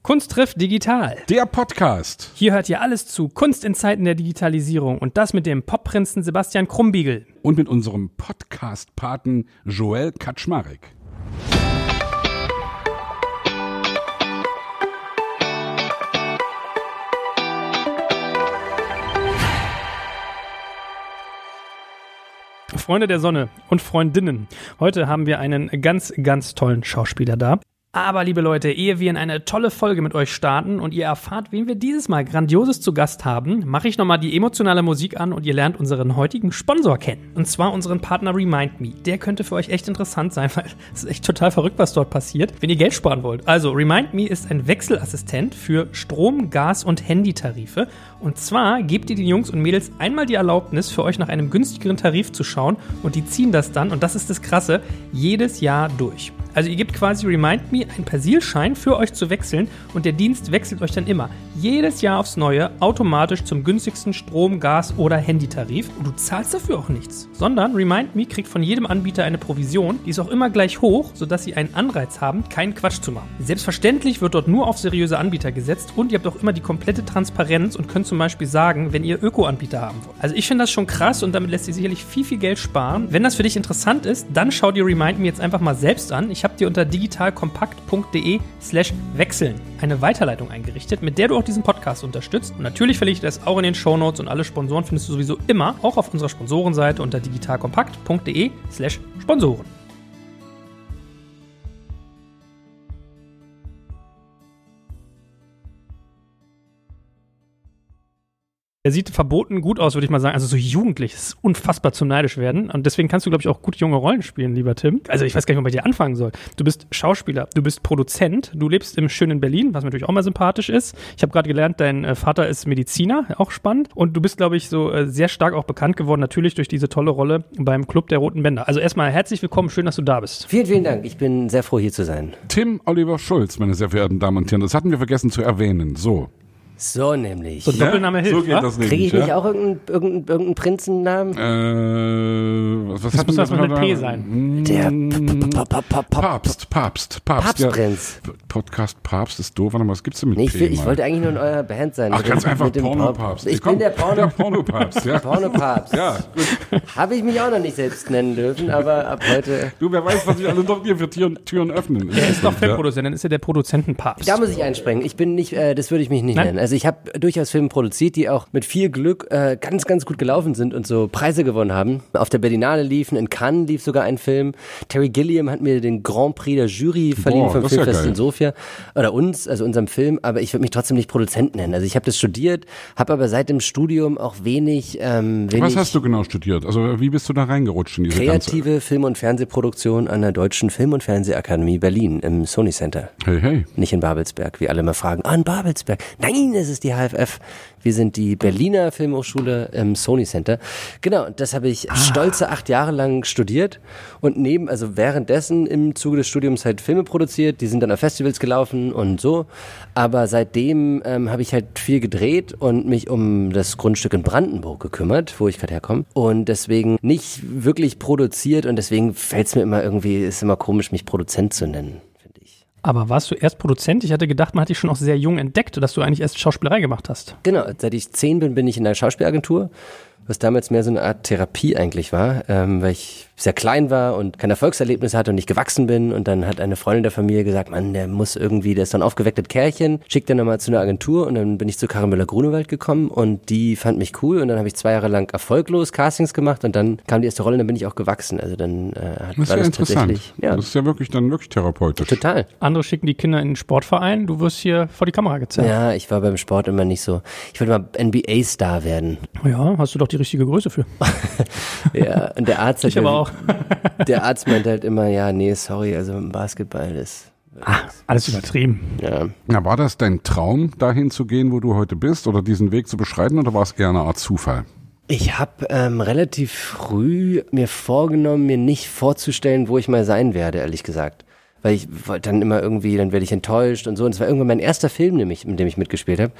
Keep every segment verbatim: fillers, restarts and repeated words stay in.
Kunst trifft digital. Der Podcast. Hier hört ihr alles zu Kunst in Zeiten der Digitalisierung und das mit dem Popprinzen Sebastian Krumbiegel. Und mit unserem Podcast-Paten Joel Kaczmarek. Freunde der Sonne und Freundinnen, heute haben wir einen ganz, ganz tollen Schauspieler da. Aber, liebe Leute, ehe wir in eine tolle Folge mit euch starten und ihr erfahrt, wen wir dieses Mal Grandioses zu Gast haben, mache ich nochmal die emotionale Musik an und ihr lernt unseren heutigen Sponsor kennen. Und zwar unseren Partner Remind Me. Der könnte für euch echt interessant sein, weil es ist echt total verrückt, was dort passiert, wenn ihr Geld sparen wollt. Also, Remind Me ist ein Wechselassistent für Strom-, Gas- und Handytarife. Und zwar gebt ihr den Jungs und Mädels einmal die Erlaubnis, für euch nach einem günstigeren Tarif zu schauen und die ziehen das dann, und das ist das Krasse, jedes Jahr durch. Also ihr gebt quasi Remind Me einen Persilschein für euch zu wechseln und der Dienst wechselt euch dann immer jedes Jahr aufs Neue automatisch zum günstigsten Strom-, Gas- oder Handytarif und du zahlst dafür auch nichts, sondern Remind Me kriegt von jedem Anbieter eine Provision, die ist auch immer gleich hoch, sodass sie einen Anreiz haben, keinen Quatsch zu machen. Selbstverständlich wird dort nur auf seriöse Anbieter gesetzt und ihr habt auch immer die komplette Transparenz und könnt zum Beispiel sagen, wenn ihr Öko-Anbieter haben wollt. Also ich finde das schon krass und damit lässt sich sicherlich viel, viel Geld sparen. Wenn das für dich interessant ist, dann schau dir Remind Me jetzt einfach mal selbst an. Ich habe dir unter digitalkompakt.de slash wechseln eine Weiterleitung eingerichtet, mit der du auch diesen Podcast unterstützt. Und natürlich verlinke ich das auch in den Shownotes und alle Sponsoren findest du sowieso immer auch auf unserer Sponsorenseite unter digitalkompakt.de slash Sponsoren. Er sieht verboten gut aus, würde ich mal sagen. Also so jugendlich, das ist unfassbar zum neidisch werden. Und deswegen kannst du, glaube ich, auch gut junge Rollen spielen, lieber Tim. Also ich weiß gar nicht, wo man bei dir anfangen soll. Du bist Schauspieler, du bist Produzent, du lebst im schönen Berlin, was mir natürlich auch mal sympathisch ist. Ich habe gerade gelernt, dein Vater ist Mediziner, auch spannend. Und du bist, glaube ich, so sehr stark auch bekannt geworden, natürlich durch diese tolle Rolle beim Club der Roten Bänder. Also erstmal herzlich willkommen, schön, dass du da bist. Vielen, vielen Dank. Ich bin sehr froh, hier zu sein. Tim Oliver Schulz, meine sehr verehrten Damen und Herren. Das hatten wir vergessen zu erwähnen. So. So nämlich. So ein Doppelname hilft, So geht wa? das nämlich. Kriege ich nicht ja? auch irgendeinen, irgendeinen, irgendeinen Prinzennamen? Äh, was Das hatten muss wir erstmal mit da? P sein. Der Papst. Papst, Papst, Papst. Papstprinz. Ja. Podcast Papst ist doof. Warte mal, was gibt's denn mit Nee, ich, P? will, ich Mann? wollte eigentlich nur in eurer Band sein. Ach, mit ganz dem, einfach mit dem Pornopapst. Ich Komm, bin der Porno... der Pornopapst, ja. Pornopapst. Ja, gut. Habe ich mich auch noch nicht selbst nennen dürfen, aber ab heute... Du, wer weiß, was sich alle doch hier für Türen, Türen öffnen. Er ist doch Ja. Filmproduzent, dann ist er der Produzentenpapst. Da muss ich einspringen. Ich bin nicht, äh, das würde ich mich nicht Nein? nennen. Also ich habe durchaus Filme produziert, die auch mit viel Glück äh, ganz, ganz gut gelaufen sind und so Preise gewonnen haben. Auf der Berlinale liefen, in Cannes lief sogar ein Film. Terry Gilliam hat mir den Grand Prix der Jury verliehen Boah, vom das ist ja Filmfest geil. in Sofia. Oder uns, also unserem Film. Aber ich würde mich trotzdem nicht Produzent nennen. Also ich habe das studiert, habe aber seit dem Studium auch wenig, ähm, wenig Was hast du genau studiert? Also wie bist du da reingerutscht in diese kreative Film- und Fernsehproduktion an der Deutschen Film- und Fernsehakademie Berlin im Sony Center. ganze... Hey, hey. Nicht in Babelsberg, wie alle mal fragen. Ah, in Babelsberg. Nein, es ist die H F F. Wir sind die Berliner Filmhochschule im Sony Center. Genau, das habe ich stolze acht Jahre lang studiert und neben, also währenddessen im Zuge des Studiums halt Filme produziert. Die sind dann auf Festivals gelaufen und so. Aber seitdem ähm, habe ich halt viel gedreht und mich um das Grundstück in Brandenburg gekümmert, wo ich gerade herkomme. Und deswegen nicht wirklich produziert und deswegen fällt es mir immer irgendwie, ist immer komisch, mich Produzent zu nennen. Aber warst du erst Produzent? Ich hatte gedacht, man hat dich schon auch sehr jung entdeckt, dass du eigentlich erst Schauspielerei gemacht hast. Genau, seit ich zehn bin, bin ich in einer Schauspielagentur, was damals mehr so eine Art Therapie eigentlich war, ähm, weil ich sehr klein war und kein Erfolgserlebnis hatte und nicht gewachsen bin. Und dann hat eine Freundin der Familie gesagt, Mann, der muss irgendwie, der ist so ein aufgewecktes Kerlchen, schickt den nochmal zu einer Agentur. Und dann bin ich zu Karin Müller-Grunewald gekommen und die fand mich cool. Und dann habe ich zwei Jahre lang erfolglos Castings gemacht und dann kam die erste Rolle und dann bin ich auch gewachsen. Also dann äh, hat, Das ist war ja das interessant. tatsächlich, ja, Das ist ja wirklich dann wirklich therapeutisch. total. Andere schicken die Kinder in den Sportverein, du wirst hier vor die Kamera gezerrt. Ja, ich war beim Sport immer nicht so. Ich wollte mal N B A-Star werden. Ja, hast du doch die richtige Größe für. Ja, und der Arzt hat Ich aber auch. Der Arzt meinte halt immer, ja, nee, sorry, also im Basketball ist... Ah, alles übertrieben. Ja. Na, war das dein Traum, dahin zu gehen, wo du heute bist, oder diesen Weg zu beschreiten, oder war es eher eine Art Zufall? Ich habe ähm, relativ früh mir vorgenommen, mir nicht vorzustellen, wo ich mal sein werde, ehrlich gesagt. Weil ich wollte dann immer irgendwie, dann werde ich enttäuscht und so. Und es war irgendwann mein erster Film, nämlich, in dem ich mitgespielt habe.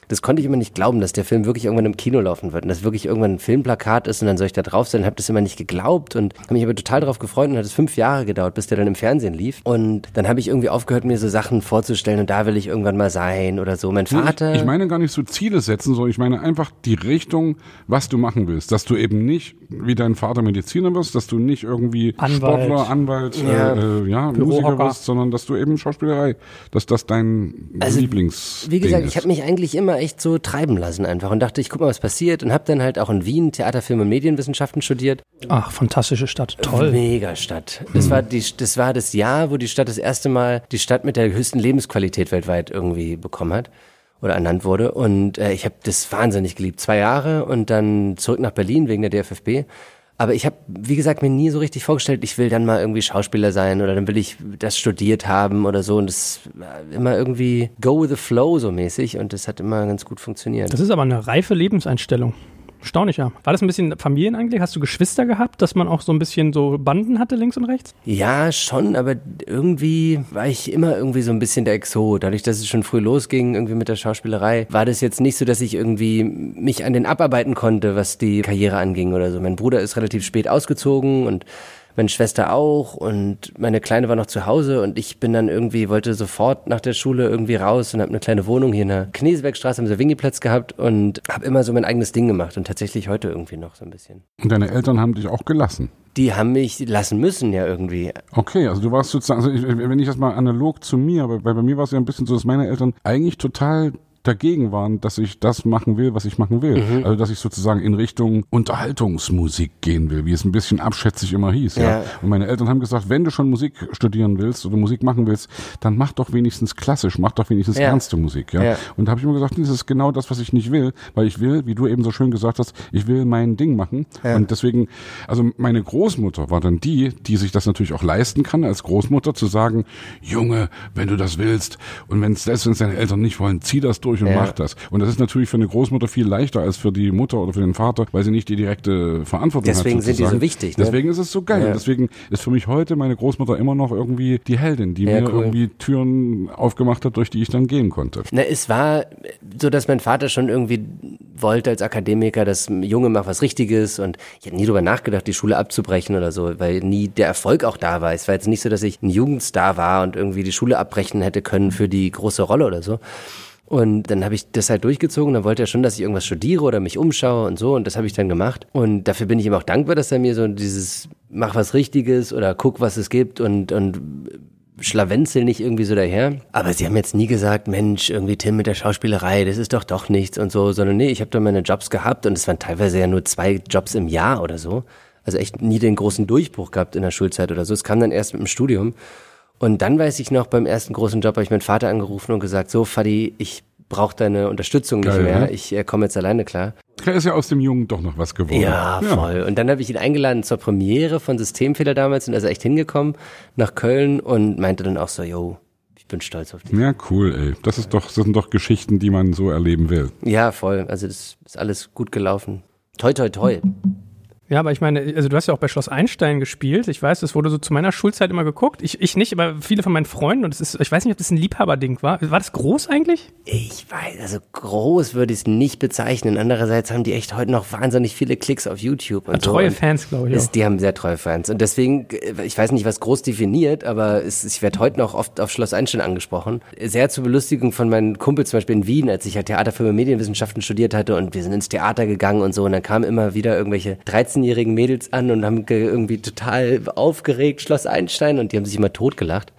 das konnte ich immer nicht glauben, dass der Film wirklich irgendwann im Kino laufen wird und dass wirklich irgendwann ein Filmplakat ist und dann soll ich da drauf sein. Ich habe das immer nicht geglaubt und habe mich aber total darauf gefreut und hat es fünf Jahre gedauert, bis der dann im Fernsehen lief. Und dann habe ich irgendwie aufgehört, mir so Sachen vorzustellen und da will ich irgendwann mal sein oder so. Mein Vater... Ich, ich meine gar nicht so Ziele setzen, sondern ich meine einfach die Richtung, was du machen willst. Dass du eben nicht wie dein Vater Mediziner wirst, dass du nicht irgendwie Anwalt. Sportler, Anwalt, Ja. äh, äh, ja, Musiker wirst, sondern dass du eben Schauspielerei, dass das dein Also, Lieblings Wie gesagt, Ding ich ist. habe mich eigentlich immer echt so treiben lassen einfach und dachte, ich guck mal, was passiert und habe dann halt auch in Wien Theater, Film und Medienwissenschaften studiert. Ach, fantastische Stadt. Toll. Mega Stadt. Das war die, das war das Jahr, wo die Stadt das erste Mal die Stadt mit der höchsten Lebensqualität weltweit irgendwie bekommen hat oder ernannt wurde. Und äh, ich habe das wahnsinnig geliebt. Zwei Jahre und dann zurück nach Berlin wegen der D F F B. Aber ich habe, wie gesagt, mir nie so richtig vorgestellt, ich will dann mal irgendwie Schauspieler sein oder dann will ich das studiert haben oder so. Und das war immer irgendwie go with the flow so mäßig und das hat immer ganz gut funktioniert. Das ist aber eine reife Lebenseinstellung. Erstaunlich, ja. War das ein bisschen familienangelegenheit? Hast du Geschwister gehabt, dass man auch so ein bisschen so Banden hatte links und rechts? Ja, schon, aber irgendwie war ich immer irgendwie so ein bisschen der Exot. Dadurch, dass es schon früh losging, irgendwie mit der Schauspielerei, war das jetzt nicht so, dass ich irgendwie mich an den abarbeiten konnte, was die Karriere anging oder so. Mein Bruder ist relativ spät ausgezogen und meine Schwester auch und meine Kleine war noch zu Hause und ich bin dann irgendwie, wollte sofort nach der Schule irgendwie raus und habe eine kleine Wohnung hier in der Knesebergstraße am Savigny-Platz gehabt und habe immer so mein eigenes Ding gemacht und tatsächlich heute irgendwie noch so ein bisschen. Und deine Eltern haben dich auch gelassen? Die haben mich lassen müssen ja irgendwie. Okay, also du warst sozusagen, also ich, wenn ich das mal analog zu mir, weil bei mir war es ja ein bisschen so, dass meine Eltern eigentlich total dagegen waren, dass ich das machen will, was ich machen will. Mhm. Also, dass ich sozusagen in Richtung Unterhaltungsmusik gehen will, wie es ein bisschen abschätzig immer hieß. Ja. ja. Und meine Eltern haben gesagt, wenn du schon Musik studieren willst oder Musik machen willst, dann mach doch wenigstens klassisch, mach doch wenigstens ja. ernste Musik. Ja. ja. Und da habe ich immer gesagt, das ist genau das, was ich nicht will, weil ich will, wie du eben so schön gesagt hast, ich will mein Ding machen. Ja. Und deswegen, also meine Großmutter war dann die, die sich das natürlich auch leisten kann, als Großmutter zu sagen, Junge, wenn du das willst und wenn es selbst wenn es deine Eltern nicht wollen, zieh das durch und ja. mach das. Und das ist natürlich für eine Großmutter viel leichter als für die Mutter oder für den Vater, weil sie nicht die direkte Verantwortung deswegen hat. Deswegen sind die so wichtig. Ne? Deswegen ist es so geil. Ja. Und deswegen ist für mich heute meine Großmutter immer noch irgendwie die Heldin, die ja, mir cool. irgendwie Türen aufgemacht hat, durch die ich dann gehen konnte. Na, es war so, dass mein Vater schon irgendwie wollte als Akademiker, dass ein Junge macht was Richtiges und ich habe nie drüber nachgedacht, die Schule abzubrechen oder so, weil nie der Erfolg auch da war. Es war jetzt nicht so, dass ich ein Jugendstar war und irgendwie die Schule abbrechen hätte können für die große Rolle oder so. Und dann habe ich das halt durchgezogen, dann wollte er schon, dass ich irgendwas studiere oder mich umschaue und so und das habe ich dann gemacht. Und dafür bin ich ihm auch dankbar, dass er mir so dieses mach was Richtiges oder guck, was es gibt und und schlawenzel nicht irgendwie so daher. Aber sie haben jetzt nie gesagt, Mensch, irgendwie Tim mit der Schauspielerei, das ist doch doch nichts und so, sondern nee, ich habe da meine Jobs gehabt und es waren teilweise ja nur zwei Jobs im Jahr oder so. Also echt nie den großen Durchbruch gehabt in der Schulzeit oder so. Es kam dann erst mit dem Studium. Und dann weiß ich noch, beim ersten großen Job habe ich meinen Vater angerufen und gesagt, so Fadi, ich brauche deine Unterstützung nicht Geil, mehr, ne? ich äh, komme jetzt alleine klar. Da ist ja aus dem Jungen doch noch was geworden. Ja, voll. Ja. Und dann habe ich ihn eingeladen zur Premiere von Systemfehler damals und er ist echt hingekommen nach Köln und meinte dann auch so, yo, ich bin stolz auf dich. Ja, cool, ey. Das ist doch, das sind doch Geschichten, die man so erleben will. Ja, voll. Also das ist alles gut gelaufen. Toi, toi, toi. Ja, aber ich meine, also du hast ja auch bei Schloss Einstein gespielt. Ich weiß, das wurde so zu meiner Schulzeit immer geguckt. Ich, ich nicht, aber viele von meinen Freunden. Und es ist, ich weiß nicht, ob das ein Liebhaberding war. War das groß eigentlich? Ich weiß, also groß würde ich es nicht bezeichnen. Andererseits haben die echt heute noch wahnsinnig viele Klicks auf YouTube. Und ja, so. Treue und Fans, glaube ich. Ist, die haben sehr treue Fans. Und deswegen, ich weiß nicht, was groß definiert, aber es, ich werde heute noch oft auf Schloss Einstein angesprochen. Sehr zur Belustigung von meinen Kumpels, zum Beispiel in Wien, als ich halt Theater, Film und Medienwissenschaften studiert hatte und wir sind ins Theater gegangen und so. Und dann kamen immer wieder irgendwelche dreizehnjährigen Mädels an und haben irgendwie total aufgeregt Schloss Einstein und die haben sich immer totgelacht.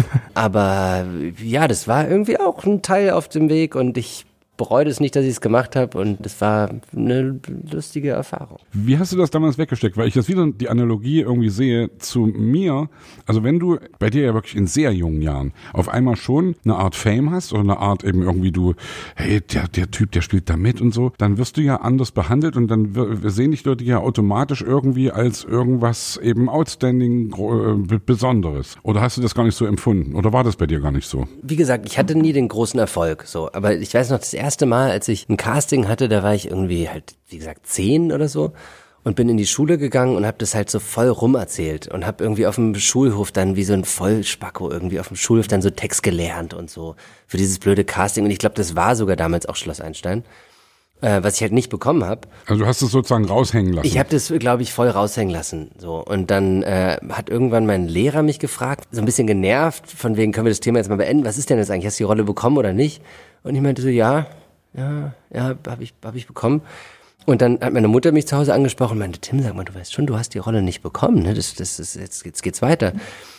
Aber ja, das war irgendwie auch ein Teil auf dem Weg und ich bereue es nicht, dass ich es gemacht habe und das war eine lustige Erfahrung. Wie hast du das damals weggesteckt? Weil ich jetzt wieder die Analogie irgendwie sehe zu mir. Also wenn du bei dir ja wirklich in sehr jungen Jahren auf einmal schon eine Art Fame hast oder eine Art eben irgendwie du, hey, der, der Typ, der spielt da mit und so, dann wirst du ja anders behandelt und dann wir sehen dich Leute ja automatisch irgendwie als irgendwas eben outstanding, äh, Besonderes. Oder hast du das gar nicht so empfunden? Oder war das bei dir gar nicht so? Wie gesagt, ich hatte nie den großen Erfolg, so. Aber ich weiß noch, das erste Mal, als ich ein Casting hatte, da war ich irgendwie halt, wie gesagt, zehn oder so. und bin in die Schule gegangen und habe das halt so voll rum erzählt und habe irgendwie auf dem Schulhof dann wie so ein Vollspacko irgendwie auf dem Schulhof dann so Text gelernt und so für dieses blöde Casting. Und ich glaube, das war sogar damals auch Schloss Einstein. Äh, was ich halt nicht bekommen habe. Also du hast es sozusagen raushängen lassen. Ich habe das, glaube ich, voll raushängen lassen. So. Und dann äh, hat irgendwann mein Lehrer mich gefragt, so ein bisschen genervt, von wegen, können wir das Thema jetzt mal beenden? Was ist denn das eigentlich? Hast du die Rolle bekommen oder nicht? Und ich meinte so, ja, ja, ja, habe ich, hab ich bekommen. Und dann hat meine Mutter mich zu Hause angesprochen und meinte, Tim, sag mal, du weißt schon, du hast die Rolle nicht bekommen, ne? Das, das ist, jetzt, jetzt geht's weiter.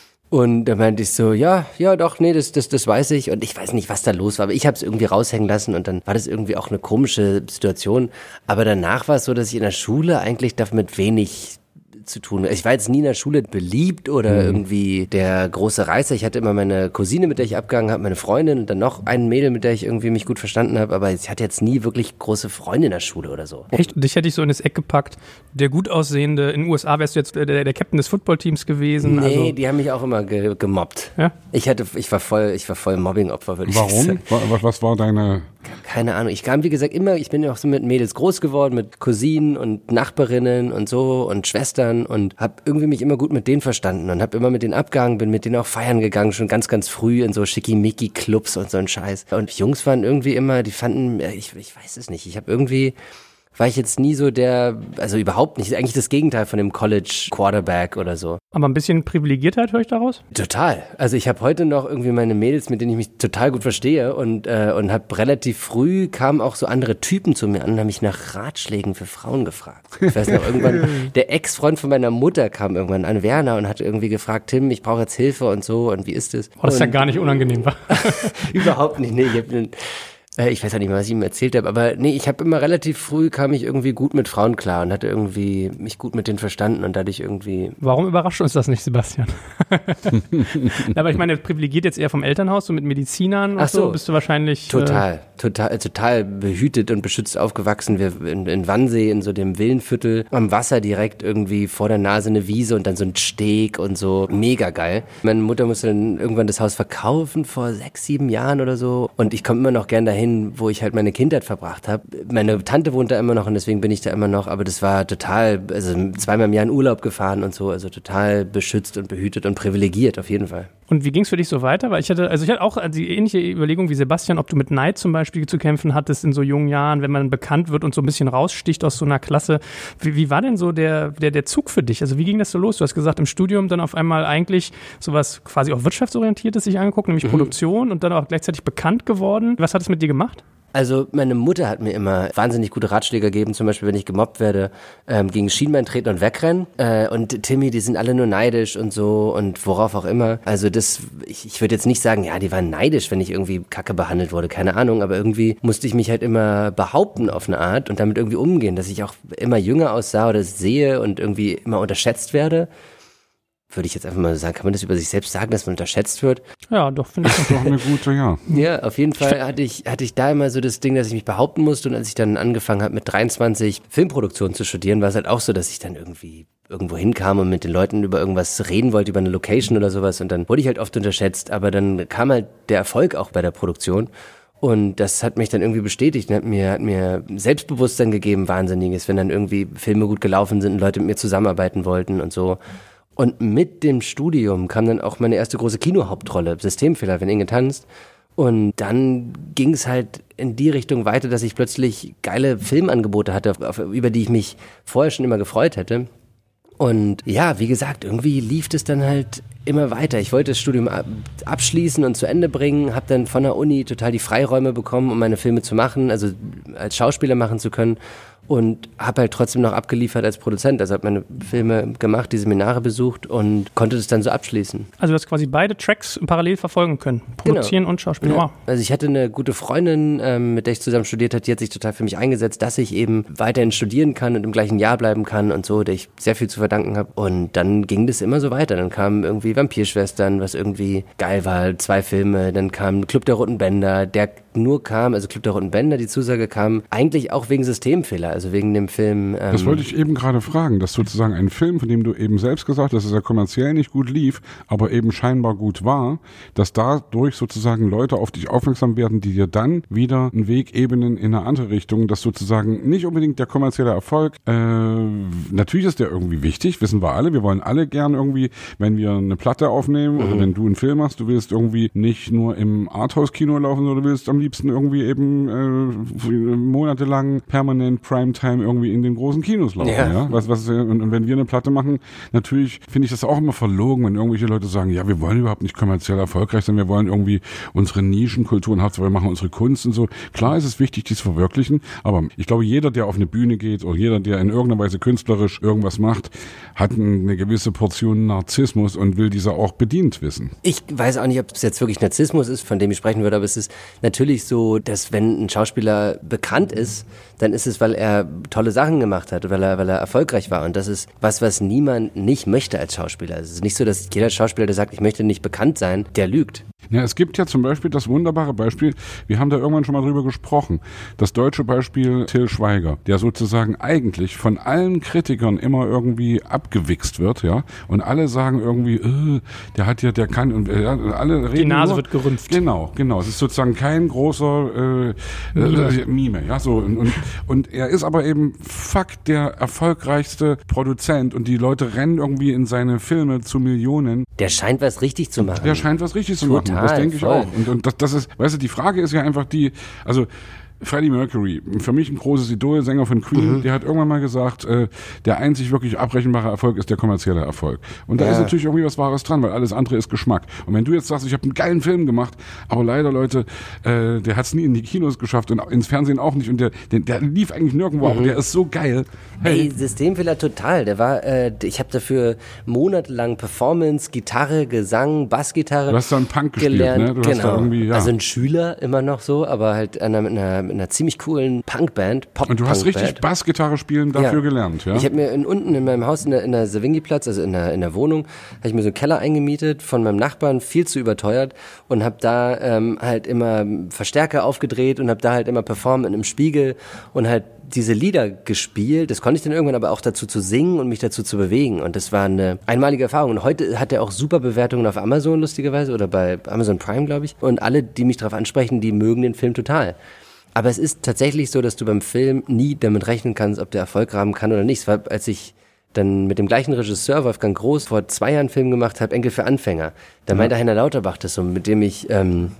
Und da meinte ich so, ja, ja doch, nee, das, das, das weiß ich. Und ich weiß nicht, was da los war, aber ich habe es irgendwie raushängen lassen und dann war das irgendwie auch eine komische Situation. Aber danach war es so, dass ich in der Schule eigentlich damit wenig zu tun. Ich war jetzt nie in der Schule beliebt oder mhm. irgendwie der große Reißer. Ich hatte immer meine Cousine, mit der ich abgegangen habe, meine Freundin und dann noch ein Mädel, mit der ich irgendwie mich gut verstanden habe, aber ich hatte jetzt nie wirklich große Freunde in der Schule oder so. Echt? Dich hätte ich so in das Eck gepackt. Der gut aussehende, in den U S A wärst du jetzt der, der Captain des Footballteams gewesen. Nee, also. Die haben mich auch immer ge- gemobbt. Ja? Ich hatte, ich war voll, ich war voll Mobbing-Opfer, würde ich sagen. Warum? Was, was war deine... Keine Ahnung. Ich kam, wie gesagt, immer, ich bin ja auch so mit Mädels groß geworden, mit Cousinen und Nachbarinnen und so und Schwestern und habe irgendwie mich immer gut mit denen verstanden und habe immer mit denen abgehangen, bin mit denen auch feiern gegangen, schon ganz, ganz früh in so Schickimicki-Clubs und so ein Scheiß. Und Jungs waren irgendwie immer, die fanden, ich, ich weiß es nicht, ich habe irgendwie... war ich jetzt nie so der, also überhaupt nicht, eigentlich das Gegenteil von dem College-Quarterback oder so. Aber ein bisschen Privilegiertheit höre ich daraus? Total. Also ich habe heute noch irgendwie meine Mädels, mit denen ich mich total gut verstehe und äh, und habe relativ früh kamen auch so andere Typen zu mir an und haben mich nach Ratschlägen für Frauen gefragt. Ich weiß noch, irgendwann, der Ex-Freund von meiner Mutter kam irgendwann an, Werner, und hat irgendwie gefragt, Tim, ich brauche jetzt Hilfe und so und wie ist es? Oh, das ist ja gar nicht unangenehm, war. Überhaupt nicht, nee, ich habe Ich weiß auch nicht mehr, was ich ihm erzählt habe, aber nee, ich habe immer relativ früh, kam ich irgendwie gut mit Frauen klar und hatte irgendwie mich gut mit denen verstanden und dadurch irgendwie... Warum überrascht uns das nicht, Sebastian? Aber ich meine, privilegiert jetzt eher vom Elternhaus, so mit Medizinern und Ach so, so, bist du wahrscheinlich... Total, äh, total, total behütet und beschützt aufgewachsen. Wir in, in Wannsee, in so dem Villenviertel, am Wasser direkt irgendwie vor der Nase eine Wiese und dann so ein Steg und so. Mega geil. Meine Mutter musste dann irgendwann das Haus verkaufen vor sechs, sieben Jahren oder so und ich komme immer noch gern dahin, wo ich halt meine Kindheit verbracht habe. Meine Tante wohnt da immer noch und deswegen bin ich da immer noch, aber das war total, also zweimal im Jahr in Urlaub gefahren und so, also total beschützt und behütet und privilegiert auf jeden Fall. Und wie ging es für dich so weiter? Weil ich hatte, also ich hatte auch die ähnliche Überlegung wie Sebastian, ob du mit Neid zum Beispiel zu kämpfen hattest in so jungen Jahren, wenn man bekannt wird und so ein bisschen raussticht aus so einer Klasse. Wie, wie war denn so der, der, der Zug für dich? Also wie ging das so los? Du hast gesagt, im Studium dann auf einmal eigentlich sowas quasi auch wirtschaftsorientiertes sich angeguckt, nämlich mhm. Produktion und dann auch gleichzeitig bekannt geworden. Was hat es mit dir gemacht? Also meine Mutter hat mir immer wahnsinnig gute Ratschläge gegeben, zum Beispiel wenn ich gemobbt werde, ähm, gegen Schienbein treten und wegrennen. Äh, und Timmy, die sind alle nur neidisch und so und worauf auch immer. Also das, ich, ich würde jetzt nicht sagen, ja, die waren neidisch, wenn ich irgendwie kacke behandelt wurde, keine Ahnung, aber irgendwie musste ich mich halt immer behaupten auf eine Art und damit irgendwie umgehen, dass ich auch immer jünger aussah oder sehe und irgendwie immer unterschätzt werde. Würde ich jetzt einfach mal sagen, kann man das über sich selbst sagen, dass man unterschätzt wird? Ja, doch, finde ich das doch eine gute, ja. Ja, auf jeden Fall hatte ich, hatte ich da immer so das Ding, dass ich mich behaupten musste und als ich dann angefangen habe mit dreiundzwanzig Filmproduktion zu studieren, war es halt auch so, dass ich dann irgendwie irgendwo hinkam und mit den Leuten über irgendwas reden wollte, über eine Location oder sowas und dann wurde ich halt oft unterschätzt, aber dann kam halt der Erfolg auch bei der Produktion. Und das hat mich dann irgendwie bestätigt und hat mir, hat mir Selbstbewusstsein gegeben, wahnsinniges, wenn dann irgendwie Filme gut gelaufen sind und Leute mit mir zusammenarbeiten wollten und so. Und mit dem Studium kam dann auch meine erste große Kinohauptrolle, Systemfehler, wenn Inge tanzt. Und dann ging es halt in die Richtung weiter, dass ich plötzlich geile Filmangebote hatte, auf, auf, über die ich mich vorher schon immer gefreut hätte. Und ja, wie gesagt, irgendwie lief es dann halt immer weiter. Ich wollte das Studium ab, abschließen und zu Ende bringen, habe dann von der Uni total die Freiräume bekommen, um meine Filme zu machen, also als Schauspieler machen zu können. Und habe halt trotzdem noch abgeliefert als Produzent. Also habe meine Filme gemacht, die Seminare besucht und konnte das dann so abschließen. Also du hast quasi beide Tracks parallel verfolgen können. Produzieren genau. und Schauspielen. Ja. Wow. Also ich hatte eine gute Freundin, ähm, mit der ich zusammen studiert habe, die hat sich total für mich eingesetzt, dass ich eben weiterhin studieren kann und im gleichen Jahr bleiben kann und so, der ich sehr viel zu verdanken habe. Und dann ging das immer so weiter. Dann kamen irgendwie Vampirschwestern, was irgendwie geil war, zwei Filme. Dann kam Club der Roten Bänder, der nur kam, also Club der Roten Bänder, die Zusage kam, eigentlich auch wegen Systemfehler, also wegen dem Film. Ähm das wollte ich eben gerade fragen, dass sozusagen ein Film, von dem du eben selbst gesagt hast, dass er kommerziell nicht gut lief, aber eben scheinbar gut war, dass dadurch sozusagen Leute auf dich aufmerksam werden, die dir dann wieder einen Weg ebnen in eine andere Richtung, dass sozusagen nicht unbedingt der kommerzielle Erfolg, äh, natürlich ist der irgendwie wichtig, wissen wir alle, wir wollen alle gern irgendwie, wenn wir eine Platte aufnehmen mhm. oder wenn du einen Film machst, du willst irgendwie nicht nur im Arthouse-Kino laufen, sondern du willst am liebsten irgendwie eben äh, monatelang permanent Primetime irgendwie in den großen Kinos laufen. Ja. Ja? Was, was, und, und wenn wir eine Platte machen, natürlich finde ich das auch immer verlogen, wenn irgendwelche Leute sagen, ja, wir wollen überhaupt nicht kommerziell erfolgreich sein, wir wollen irgendwie unsere Nischenkulturen haben, wir machen unsere Kunst und so. Klar ist es wichtig, dies zu verwirklichen, aber ich glaube, jeder, der auf eine Bühne geht oder jeder, der in irgendeiner Weise künstlerisch irgendwas macht, hat eine gewisse Portion Narzissmus und will dieser auch bedient wissen. Ich weiß auch nicht, ob es jetzt wirklich Narzissmus ist, von dem ich sprechen würde, aber es ist natürlich so, dass wenn ein Schauspieler bekannt ist, dann ist es, weil er tolle Sachen gemacht hat, weil er, weil er erfolgreich war. Und das ist was, was niemand nicht möchte als Schauspieler. Es ist nicht so, dass jeder Schauspieler, der sagt, ich möchte nicht bekannt sein, der lügt. Ja, es gibt ja zum Beispiel das wunderbare Beispiel, wir haben da irgendwann schon mal drüber gesprochen, das deutsche Beispiel Till Schweiger, der sozusagen eigentlich von allen Kritikern immer irgendwie abgewichst wird, ja, und alle sagen irgendwie, äh, der hat ja, der kann, und äh, alle reden die Nase nur, wird gerümpft. Genau, genau, es ist sozusagen kein großer äh, äh, Mime, ja, so, und, und, und er ist aber eben, fuck, der erfolgreichste Produzent und die Leute rennen irgendwie in seine Filme zu Millionen. Der scheint was richtig zu machen. Der scheint was richtig zu machen. Total, das denke ich voll. auch. Und, und das, das ist, weißt du, die Frage ist ja einfach die, also Freddie Mercury, für mich ein großes Idol, Sänger von Queen, mhm. der hat irgendwann mal gesagt, äh, der einzig wirklich abrechenbare Erfolg ist der kommerzielle Erfolg. Und da ja. ist natürlich irgendwie was Wahres dran, weil alles andere ist Geschmack. Und wenn du jetzt sagst, ich habe einen geilen Film gemacht, aber leider, Leute, äh, der hat es nie in die Kinos geschafft und ins Fernsehen auch nicht und der, der, der lief eigentlich nirgendwo, mhm. aber der ist so geil. Hey. Ey, Systemfehler total. Der war, äh, ich habe dafür monatelang Performance, Gitarre, Gesang, Bassgitarre. Du hast da einen Punk gelernt. gespielt, ne? Du genau. hast da irgendwie, ja. Also ein Schüler immer noch so, aber halt an einer, mit einer, mit einer ziemlich coolen Punkband, Pop-Punkband. Und du hast richtig Bassgitarre spielen dafür ja. gelernt, ja? Ich habe mir in, unten in meinem Haus, in der, in der Savinghi-Platz, also in der, in der Wohnung, habe ich mir so einen Keller eingemietet, von meinem Nachbarn, viel zu überteuert und habe da ähm, halt immer Verstärker aufgedreht und habe da halt immer performt in einem Spiegel und halt diese Lieder gespielt. Das konnte ich dann irgendwann aber auch dazu zu singen und mich dazu zu bewegen. Und das war eine einmalige Erfahrung. Und heute hat er auch super Bewertungen auf Amazon, lustigerweise, oder bei Amazon Prime, glaube ich. Und alle, die mich darauf ansprechen, die mögen den Film total. Aber es ist tatsächlich so, dass du beim Film nie damit rechnen kannst, ob der Erfolg haben kann oder nicht. Es war, als ich dann mit dem gleichen Regisseur, Wolfgang Groß, vor zwei Jahren einen Film gemacht habe, Enkel für Anfänger. Da meinte Heiner Lauterbach das so, mit dem ich... Ähm,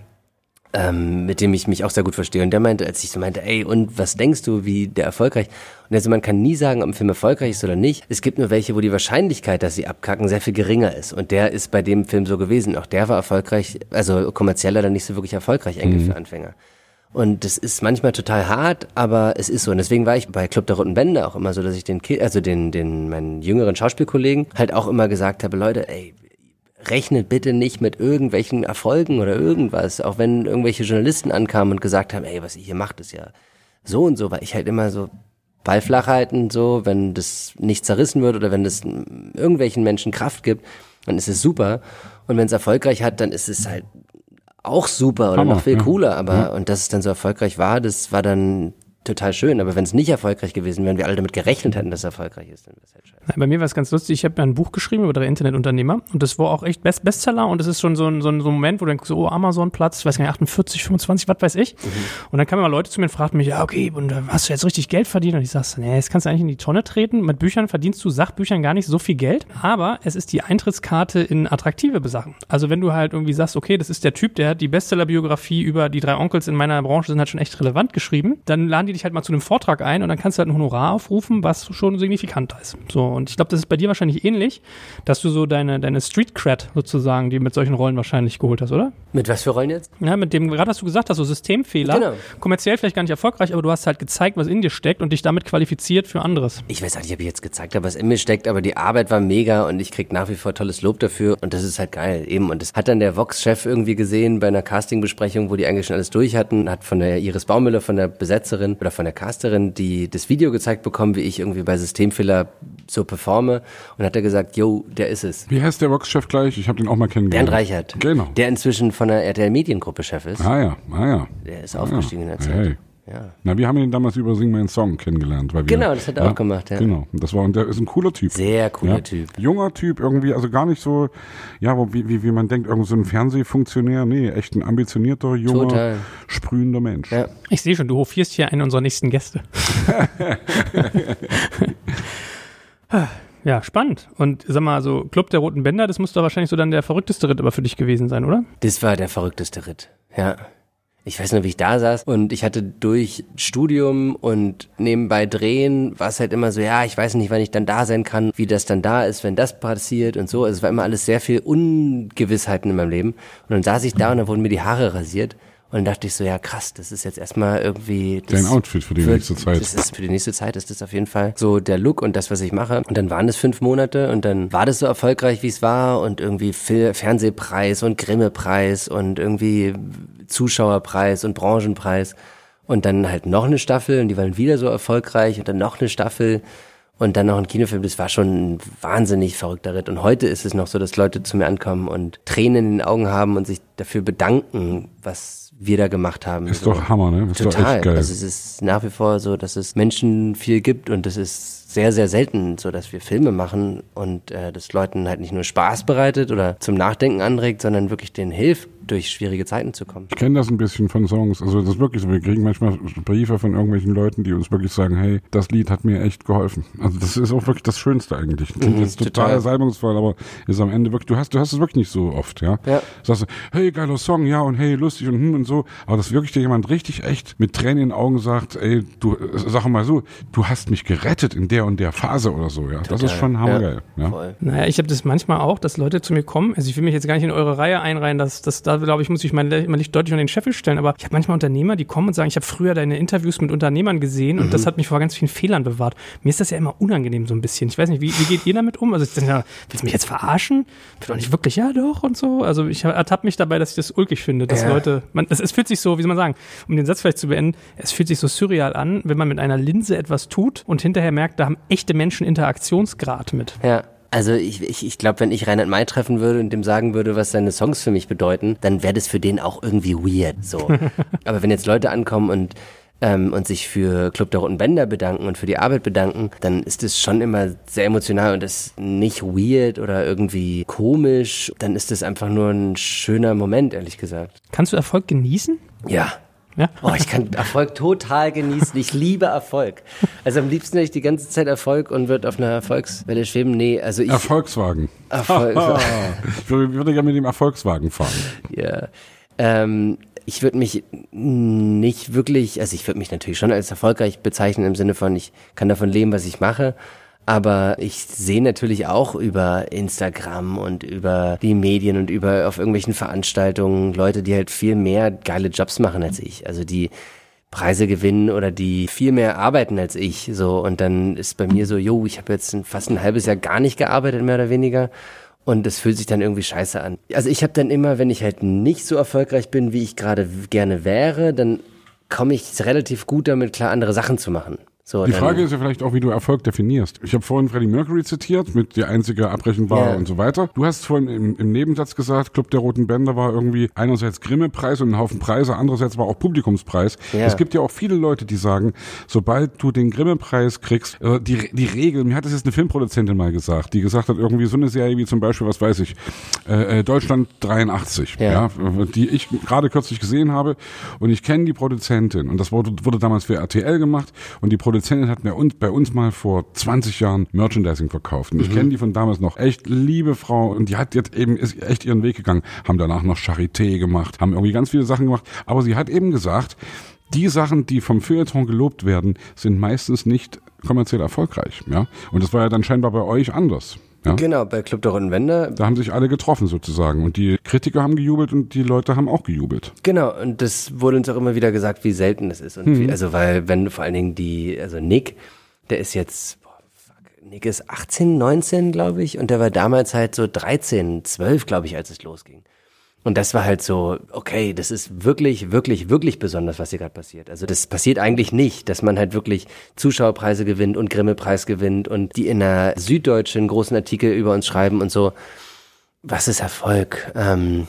Ähm, mit dem ich mich auch sehr gut verstehe. Und der meinte, als ich so meinte, ey, und was denkst du, wie der erfolgreich? Und also man kann nie sagen, ob ein Film erfolgreich ist oder nicht. Es gibt nur welche, wo die Wahrscheinlichkeit, dass sie abkacken, sehr viel geringer ist. Und der ist bei dem Film so gewesen. Auch der war erfolgreich, also kommerziell leider nicht so wirklich erfolgreich, Enkel für Anfänger. Und das ist manchmal total hart, aber es ist so. Und deswegen war ich bei Club der Roten Bänder auch immer so, dass ich den, also den, den, meinen jüngeren Schauspielkollegen halt auch immer gesagt habe, Leute, ey, rechnet bitte nicht mit irgendwelchen Erfolgen oder irgendwas, auch wenn irgendwelche Journalisten ankamen und gesagt haben, ey, was ihr hier macht, ist ja so und so, weil ich halt immer so Ball flach halten, so, wenn das nicht zerrissen wird oder wenn das irgendwelchen Menschen Kraft gibt, dann ist es super. Und wenn es erfolgreich hat, dann ist es halt auch super oder Hammer, noch viel ja. cooler. Aber ja. und dass es dann so erfolgreich war, das war dann total schön, aber wenn es nicht erfolgreich gewesen wäre, wenn wir alle damit gerechnet hätten, dass es erfolgreich ist, dann wäre es halt scheiße. Bei mir war es ganz lustig, ich habe ja ein Buch geschrieben über drei Internetunternehmer und das war auch echt Best Bestseller und das ist schon so ein, so ein, so ein Moment, wo du denkst, so, oh, Amazon-Platz, ich weiß gar nicht, achtundvierzig, fünfundzwanzig, was weiß ich. Mhm. Und dann kamen immer Leute zu mir und fragten mich, ja, okay, und hast du jetzt richtig Geld verdient? Und ich sag, nee, das kannst du eigentlich in die Tonne treten. Mit Büchern verdienst du Sachbüchern gar nicht so viel Geld, aber es ist die Eintrittskarte in attraktive Sachen. Also wenn du halt irgendwie sagst, okay, das ist der Typ, der hat die Bestseller-Biografie über die drei Onkels in meiner Branche, sind halt schon echt relevant geschrieben, dann laden die dich halt mal zu einem Vortrag ein und dann kannst du halt ein Honorar aufrufen, was schon signifikant ist. So, und ich glaube, das ist bei dir wahrscheinlich ähnlich, dass du so deine, deine Street-Cred sozusagen, die mit solchen Rollen wahrscheinlich geholt hast, oder? Mit was für Rollen jetzt? Ja, mit dem, gerade hast du gesagt hast, so Systemfehler. Genau. Kommerziell vielleicht gar nicht erfolgreich, aber du hast halt gezeigt, was in dir steckt und dich damit qualifiziert für anderes. Ich weiß auch nicht, ob ich jetzt gezeigt habe, was in mir steckt, aber die Arbeit war mega und ich krieg nach wie vor tolles Lob dafür und das ist halt geil, eben. Und das hat dann der Vox-Chef irgendwie gesehen bei einer Castingbesprechung, wo die eigentlich schon alles durch hatten, hat von der Iris Baumüller, von der Besetzerin, oder von der Casterin, die das Video gezeigt bekommen, wie ich irgendwie bei Systemfehler so performe und hat er gesagt, yo, der ist es. Wie heißt der Vox-Chef gleich? Ich habe den auch mal kennengelernt. Bernd Reichert. Genau. Der inzwischen von der R T L-Mediengruppe Chef ist. Ah ja, ah ja. Der ist ah, aufgestiegen ja. in der Zeit. Hey. Ja. Na, wir haben ihn damals über Sing meinen Song kennengelernt. Weil wir, genau, das hat er ja, auch gemacht, ja. Genau, und das war, und der ist ein cooler Typ. Sehr cooler ja. Typ. Junger Typ irgendwie, also gar nicht so, ja, wie, wie, wie man denkt, irgend so ein Fernsehfunktionär. Nee, echt ein ambitionierter, junger, Total. sprühender Mensch. Ja. Ich sehe schon, du hofierst hier einen unserer nächsten Gäste. Ja, spannend. Und sag mal, so Club der Roten Bänder, das muss doch wahrscheinlich so dann der verrückteste Ritt aber für dich gewesen sein, oder? Das war der verrückteste Ritt, ja. Ich weiß nur, wie ich da saß und ich hatte durch Studium und nebenbei Drehen, war es halt immer so, ja, ich weiß nicht, wann ich dann da sein kann, wie das dann da ist, wenn das passiert und so. Also es war immer alles sehr viel Ungewissheiten in meinem Leben. Und dann saß ich da und dann wurden mir die Haare rasiert. Und dann dachte ich so, ja krass, das ist jetzt erstmal irgendwie... Dein Outfit für die wird, nächste Zeit. Das ist für die nächste Zeit ist das auf jeden Fall so der Look und das, was ich mache. Und dann waren es fünf Monate und dann war das so erfolgreich, wie es war und irgendwie Fil- Fernsehpreis und Grimme-Preis und irgendwie Zuschauerpreis und Branchenpreis. Und dann halt noch eine Staffel und die waren wieder so erfolgreich und dann noch eine Staffel und dann noch ein Kinofilm. Das war schon ein wahnsinnig verrückter Ritt. Und heute ist es noch so, dass Leute zu mir ankommen und Tränen in den Augen haben und sich dafür bedanken, was wir da gemacht haben. Ist so. doch Hammer, ne? Ist Total. doch echt geil. Also es ist nach wie vor so, dass es Menschen viel gibt und es ist sehr, sehr selten so, dass wir Filme machen und äh, das Leuten halt nicht nur Spaß bereitet oder zum Nachdenken anregt, sondern wirklich denen hilft, durch schwierige Zeiten zu kommen. Ich kenne das ein bisschen von Songs. Also das ist wirklich so. Wir kriegen manchmal Briefe von irgendwelchen Leuten, die uns wirklich sagen, hey, das Lied hat mir echt geholfen. Also das ist auch wirklich das Schönste eigentlich. Klingt Mhm, jetzt total, total salbungsvoll, aber ist am Ende wirklich, du hast, du hast es wirklich nicht so oft, ja. Ja. Sagst du, hey, geiler Song, ja, und hey, lustig und hm und so. Aber dass wirklich dir jemand richtig echt mit Tränen in den Augen sagt, ey, du, sag mal so, du hast mich gerettet in der und der Phase oder so, ja. Total. Das ist schon hammergeil, ja. ja. Voll. Naja, ich habe das manchmal auch, dass Leute zu mir kommen. Also ich will mich jetzt gar nicht in eure Reihe einreihen, dass, dass da, glaube ich, muss ich mein, mein Licht deutlich unter den Scheffel stellen. Aber ich habe manchmal Unternehmer, die kommen und sagen, ich habe früher deine Interviews mit Unternehmern gesehen und mhm. das hat mich vor ganz vielen Fehlern bewahrt. Mir ist das ja immer unangenehm so ein bisschen. Ich weiß nicht, wie, wie geht ihr damit um? Also ich denke, ja, willst du mich jetzt verarschen? Wird doch nicht wirklich, ja doch und so. Also ich ertappe mich dabei, dass ich das ulkig finde, dass ja. Leute, man, es, es fühlt sich so, wie soll man sagen, um den Satz vielleicht zu beenden, es fühlt sich so surreal an, wenn man mit einer Linse etwas tut und hinterher merkt, da haben echte Menschen Interaktionsgrad mit. Ja. Also ich, ich, ich glaube, wenn ich Reinhard May treffen würde und dem sagen würde, was seine Songs für mich bedeuten, dann wäre das für den auch irgendwie weird. So. Aber wenn jetzt Leute ankommen und ähm, und sich für Club der Roten Bänder bedanken und für die Arbeit bedanken, dann ist es schon immer sehr emotional und ist nicht weird oder irgendwie komisch. Dann ist es einfach nur ein schöner Moment, ehrlich gesagt. Kannst du Erfolg genießen? Ja. Ja? Oh, ich kann Erfolg total genießen. Ich liebe Erfolg. Also am liebsten hätte ich die ganze Zeit Erfolg und würde auf einer Erfolgswelle schweben. Nee, also ich... Erfolgswagen. Erfolgswagen. Ich würde, würde gerne mit dem Erfolgswagen fahren. Ja. Ähm, ich würde mich nicht wirklich... Also ich würde mich natürlich schon als erfolgreich bezeichnen im Sinne von, ich kann davon leben, was ich mache. Aber ich sehe natürlich auch über Instagram und über die Medien und über auf irgendwelchen Veranstaltungen Leute, die halt viel mehr geile Jobs machen als ich. Also die Preise gewinnen oder die viel mehr arbeiten als ich. So, und dann ist bei mir so, jo, ich habe jetzt fast ein halbes Jahr gar nicht gearbeitet, mehr oder weniger. Und das fühlt sich dann irgendwie scheiße an. Also ich habe dann immer, wenn ich halt nicht so erfolgreich bin, wie ich gerade gerne wäre, dann komme ich relativ gut damit klar, andere Sachen zu machen. So, die Frage ist ja vielleicht auch, wie du Erfolg definierst. Ich habe vorhin Freddie Mercury zitiert, mit die einzige abbrechenbar yeah. und so weiter. Du hast vorhin im, im Nebensatz gesagt, Club der Roten Bänder war irgendwie einerseits Grimme-Preis und ein Haufen Preise, andererseits war auch Publikumspreis. Yeah. Es gibt ja auch viele Leute, die sagen, sobald du den Grimme-Preis kriegst, äh, die, die Regel, mir hat das jetzt eine Filmproduzentin mal gesagt, die gesagt hat, irgendwie so eine Serie wie zum Beispiel, was weiß ich, äh, Deutschland dreiundachtzig, yeah. ja, die ich gerade kürzlich gesehen habe und ich kenne die Produzentin und das wurde, wurde damals für R T L gemacht und die Produzentin hat mir uns, bei uns mal vor zwanzig Jahren Merchandising verkauft. Und ich mhm. kenne die von damals noch. Echt liebe Frau. Und die hat jetzt eben, ist echt ihren Weg gegangen. Haben danach noch Charité gemacht. Haben irgendwie ganz viele Sachen gemacht. Aber sie hat eben gesagt, die Sachen, die vom Feuilleton gelobt werden, sind meistens nicht kommerziell erfolgreich. Ja. Und das war ja dann scheinbar bei euch anders. Ja? Genau, bei Club der Roten Bänder. Da haben sich alle getroffen sozusagen und die Kritiker haben gejubelt und die Leute haben auch gejubelt. Genau, und das wurde uns auch immer wieder gesagt, wie selten das ist. Und Mhm. wie, also weil, wenn vor allen Dingen die, also Nick, der ist jetzt, boah, fuck, Nick ist achtzehn, neunzehn, glaube ich, und der war damals halt so dreizehn, zwölf, glaube ich, als es losging. Und das war halt so, okay, das ist wirklich, wirklich, wirklich besonders, was hier gerade passiert. Also das passiert eigentlich nicht, dass man halt wirklich Zuschauerpreise gewinnt und Grimme-Preis gewinnt und die in der Süddeutschen großen Artikel über uns schreiben und so. Was ist Erfolg? Ähm,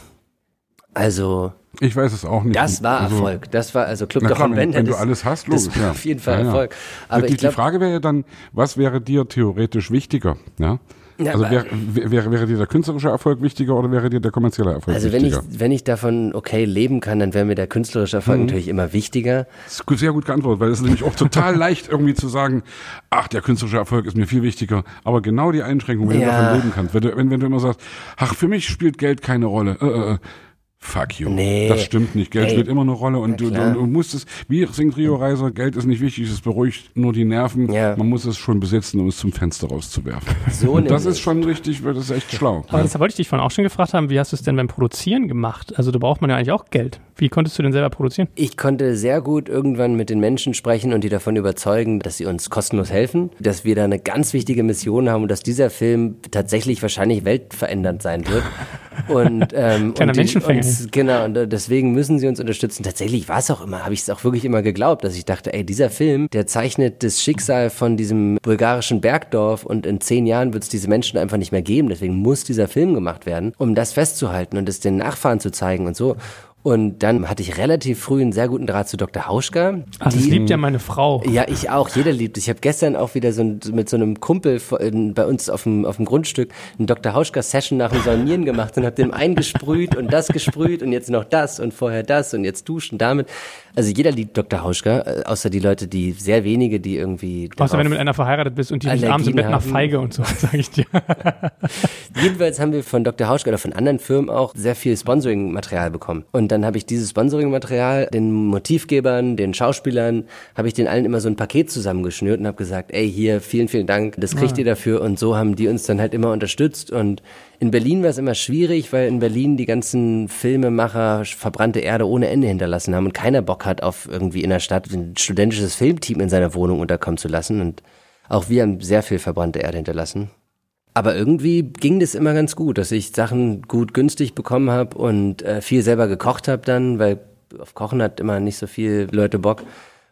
also... Ich weiß es auch nicht. Das war also, Erfolg. Das war also Club na der klar, wenn, Convent. wenn du das, alles hast, logisch. Das war ja. auf jeden Fall ja, ja. Erfolg. Aber die, ich glaub, die Frage wäre ja dann, was wäre dir theoretisch wichtiger? Ja? Ja, also wäre, wäre, wäre dir der künstlerische Erfolg wichtiger oder wäre dir der kommerzielle Erfolg also wenn wichtiger? ich, wenn ich davon okay leben kann, dann wäre mir der künstlerische Erfolg mhm. natürlich immer wichtiger. Das ist sehr gut geantwortet, weil es ist nämlich auch total leicht irgendwie zu sagen, ach, der künstlerische Erfolg ist mir viel wichtiger. Aber genau die Einschränkung, wenn ja. du davon leben kannst, wenn du, wenn, wenn du immer sagst, ach, für mich spielt Geld keine Rolle, äh, äh, fuck you. Nee. Das stimmt nicht. Geld Ey. spielt immer eine Rolle und du, du, du musst es, wie singt Rio Reiser, Geld ist nicht wichtig, es beruhigt nur die Nerven. Ja. Man muss es schon besitzen, um es zum Fenster rauszuwerfen. So und das ist schon richtig, das ist echt schlau. Aber das wollte ich dich vorhin auch schon gefragt haben, wie hast du es denn beim Produzieren gemacht? Also da braucht man ja eigentlich auch Geld. Wie konntest du denn selber produzieren? Ich konnte sehr gut irgendwann mit den Menschen sprechen und die davon überzeugen, dass sie uns kostenlos helfen, dass wir da eine ganz wichtige Mission haben und dass dieser Film tatsächlich wahrscheinlich weltverändernd sein wird. Und, ähm, Kleiner und die, Menschenfänger. Und, genau, und deswegen müssen sie uns unterstützen. Tatsächlich war es auch immer, habe ich es auch wirklich immer geglaubt, dass ich dachte, ey, dieser Film, der zeichnet das Schicksal von diesem bulgarischen Bergdorf und in zehn Jahren wird es diese Menschen einfach nicht mehr geben. Deswegen muss dieser Film gemacht werden, um das festzuhalten und es den Nachfahren zu zeigen und so. Und dann hatte ich relativ früh einen sehr guten Draht zu Doktor Hauschka. Ach, das liebt ja meine Frau. Ja, ich auch. Jeder liebt. Ich habe gestern auch wieder so ein, mit so einem Kumpel bei uns auf dem, auf dem Grundstück eine Doktor Hauschka-Session nach dem Saunieren gemacht und habe dem eingesprüht und das gesprüht und jetzt noch das und vorher das und jetzt duschen damit. Also jeder liebt Doktor Hauschka, außer die Leute, die sehr wenige, die irgendwie... Außer wenn du mit einer verheiratet bist und die nicht abends im Bett nach Feige und so, sage ich dir. Jedenfalls haben wir von Doktor Hauschka oder von anderen Firmen auch sehr viel Sponsoring-Material bekommen. Und dann habe ich dieses Sponsoring-Material den Motivgebern, den Schauspielern, habe ich den allen immer so ein Paket zusammengeschnürt und habe gesagt, ey, hier, vielen, vielen Dank, das kriegt ja. ihr dafür. Und so haben die uns dann halt immer unterstützt. Und in Berlin war es immer schwierig, weil in Berlin die ganzen Filmemacher verbrannte Erde ohne Ende hinterlassen haben und keiner Bock hat, auf irgendwie in der Stadt ein studentisches Filmteam in seiner Wohnung unterkommen zu lassen. Und auch wir haben sehr viel verbrannte Erde hinterlassen. Aber irgendwie ging das immer ganz gut, dass ich Sachen gut günstig bekommen habe und äh, viel selber gekocht habe dann, weil auf Kochen hat immer nicht so viel Leute Bock.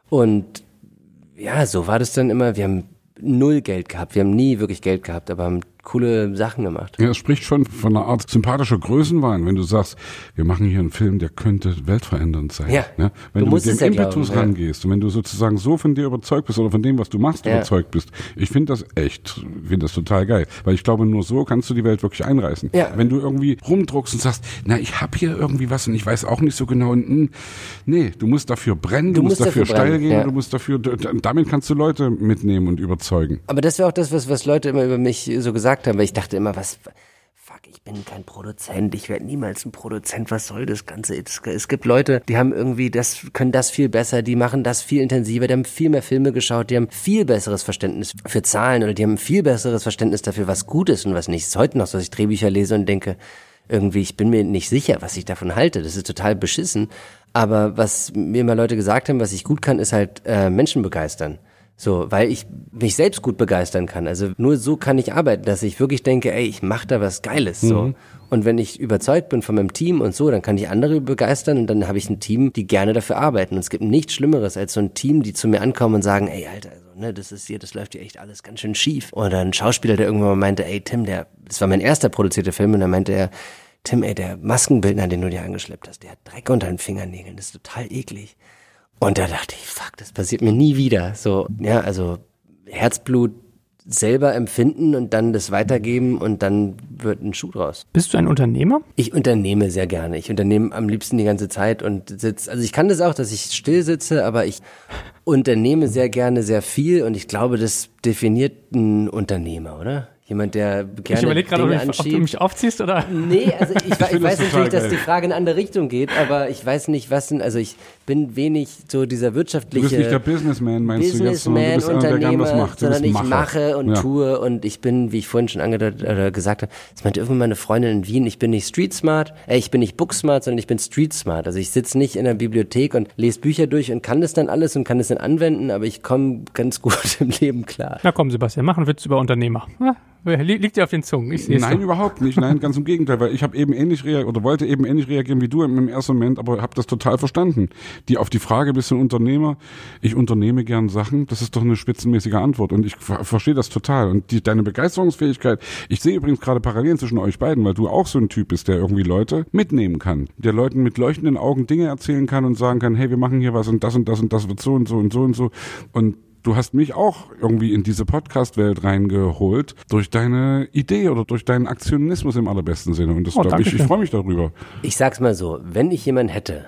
Und ja, so war das dann immer. Wir haben null Geld gehabt. Wir haben nie wirklich Geld gehabt, aber haben coole Sachen gemacht. Ja, es spricht schon von einer Art sympathischer Größenwahn, wenn du sagst, wir machen hier einen Film, der könnte weltverändernd sein. Ja, ja? Wenn du, du mit dem ja Impetus glauben, rangehst ja. und wenn du sozusagen so von dir überzeugt bist oder von dem, was du machst, ja. überzeugt bist, ich finde das echt, finde das total geil, weil ich glaube, nur so kannst du die Welt wirklich einreißen. Ja. Wenn du irgendwie rumdruckst und sagst, na, ich habe hier irgendwie was und ich weiß auch nicht so genau, und, mh, nee, du musst dafür brennen, du, du musst, musst dafür, dafür steil brennen. gehen, ja. du musst dafür, damit kannst du Leute mitnehmen und überzeugen. Aber das wäre auch das, was, was Leute immer über mich so gesagt haben, weil ich dachte immer, was, fuck, ich bin kein Produzent, ich werde niemals ein Produzent, was soll das Ganze? Es, es gibt Leute, die haben irgendwie, das können das viel besser, die machen das viel intensiver, die haben viel mehr Filme geschaut, die haben viel besseres Verständnis für Zahlen oder die haben viel besseres Verständnis dafür, was gut ist und was nicht. Es ist heute noch so, dass ich Drehbücher lese und denke, irgendwie, ich bin mir nicht sicher, was ich davon halte. Das ist total beschissen. Aber was mir mal Leute gesagt haben, was ich gut kann, ist halt äh, Menschen begeistern. So, weil ich mich selbst gut begeistern kann. Also nur so kann ich arbeiten, dass ich wirklich denke, ey, ich mache da was Geiles. So. Mhm. Und wenn ich überzeugt bin von meinem Team und so, dann kann ich andere begeistern und dann habe ich ein Team, die gerne dafür arbeiten. Und es gibt nichts Schlimmeres als so ein Team, die zu mir ankommen und sagen, ey, Alter, also, ne, das ist hier, das läuft hier echt alles ganz schön schief. Oder ein Schauspieler, der irgendwann mal meinte, ey, Tim, der, das war mein erster produzierter Film und dann meinte er, Tim, ey, der Maskenbildner, den du dir angeschleppt hast, der hat Dreck unter den Fingernägeln, das ist total eklig. Und da dachte ich, fuck, das passiert mir nie wieder. So, ja, also Herzblut selber empfinden und dann das weitergeben und dann wird ein Schuh draus. Bist du ein Unternehmer? Ich unternehme sehr gerne. Ich unternehme am liebsten die ganze Zeit und sitze, also ich kann das auch, dass ich still sitze, aber ich unternehme sehr gerne sehr viel und ich glaube, das definiert einen Unternehmer, oder? Jemand, der gerne Ich überlege gerade, ob, ob du mich aufziehst, oder? Nee, also ich, ich, ich weiß natürlich, geil. dass die Frage in eine andere Richtung geht, aber ich weiß nicht, was denn, also ich bin wenig so dieser wirtschaftliche... Du bist nicht der Businessman, meinst du jetzt, sondern du bist einer, der gerne was macht. Du sondern bist ich Macher. mache und ja. tue und ich bin, wie ich vorhin schon angedeutet oder gesagt habe, das meinte irgendwann meine Freundin in Wien, ich bin nicht street smart, äh, ich bin nicht book smart, sondern ich bin street smart. Also ich sitze nicht in der Bibliothek und lese Bücher durch und kann das dann alles und kann das dann anwenden, aber ich komme ganz gut im Leben klar. Na komm, Sebastian, machen Witz über Unternehmer. Ja? liegt dir auf den Zungen. Ich sehe Nein, so. überhaupt nicht. Nein, ganz im Gegenteil, weil ich habe eben ähnlich reagiert oder wollte eben ähnlich reagieren wie du im, im ersten Moment, aber habe das total verstanden. Die auf die Frage, bist du ein Unternehmer? Ich unternehme gern Sachen. Das ist doch eine spitzenmäßige Antwort und ich ver- verstehe das total. Und die, deine Begeisterungsfähigkeit, ich sehe übrigens gerade Parallelen zwischen euch beiden, weil du auch so ein Typ bist, der irgendwie Leute mitnehmen kann, der Leuten mit leuchtenden Augen Dinge erzählen kann und sagen kann, hey, wir machen hier was und das und das und das wird so und so und so und so. Und du hast mich auch irgendwie in diese Podcast-Welt reingeholt durch deine Idee oder durch deinen Aktionismus im allerbesten Sinne. Und das Oh, glaube ich, ich freue mich darüber. Ich sag's mal so, wenn ich jemanden hätte,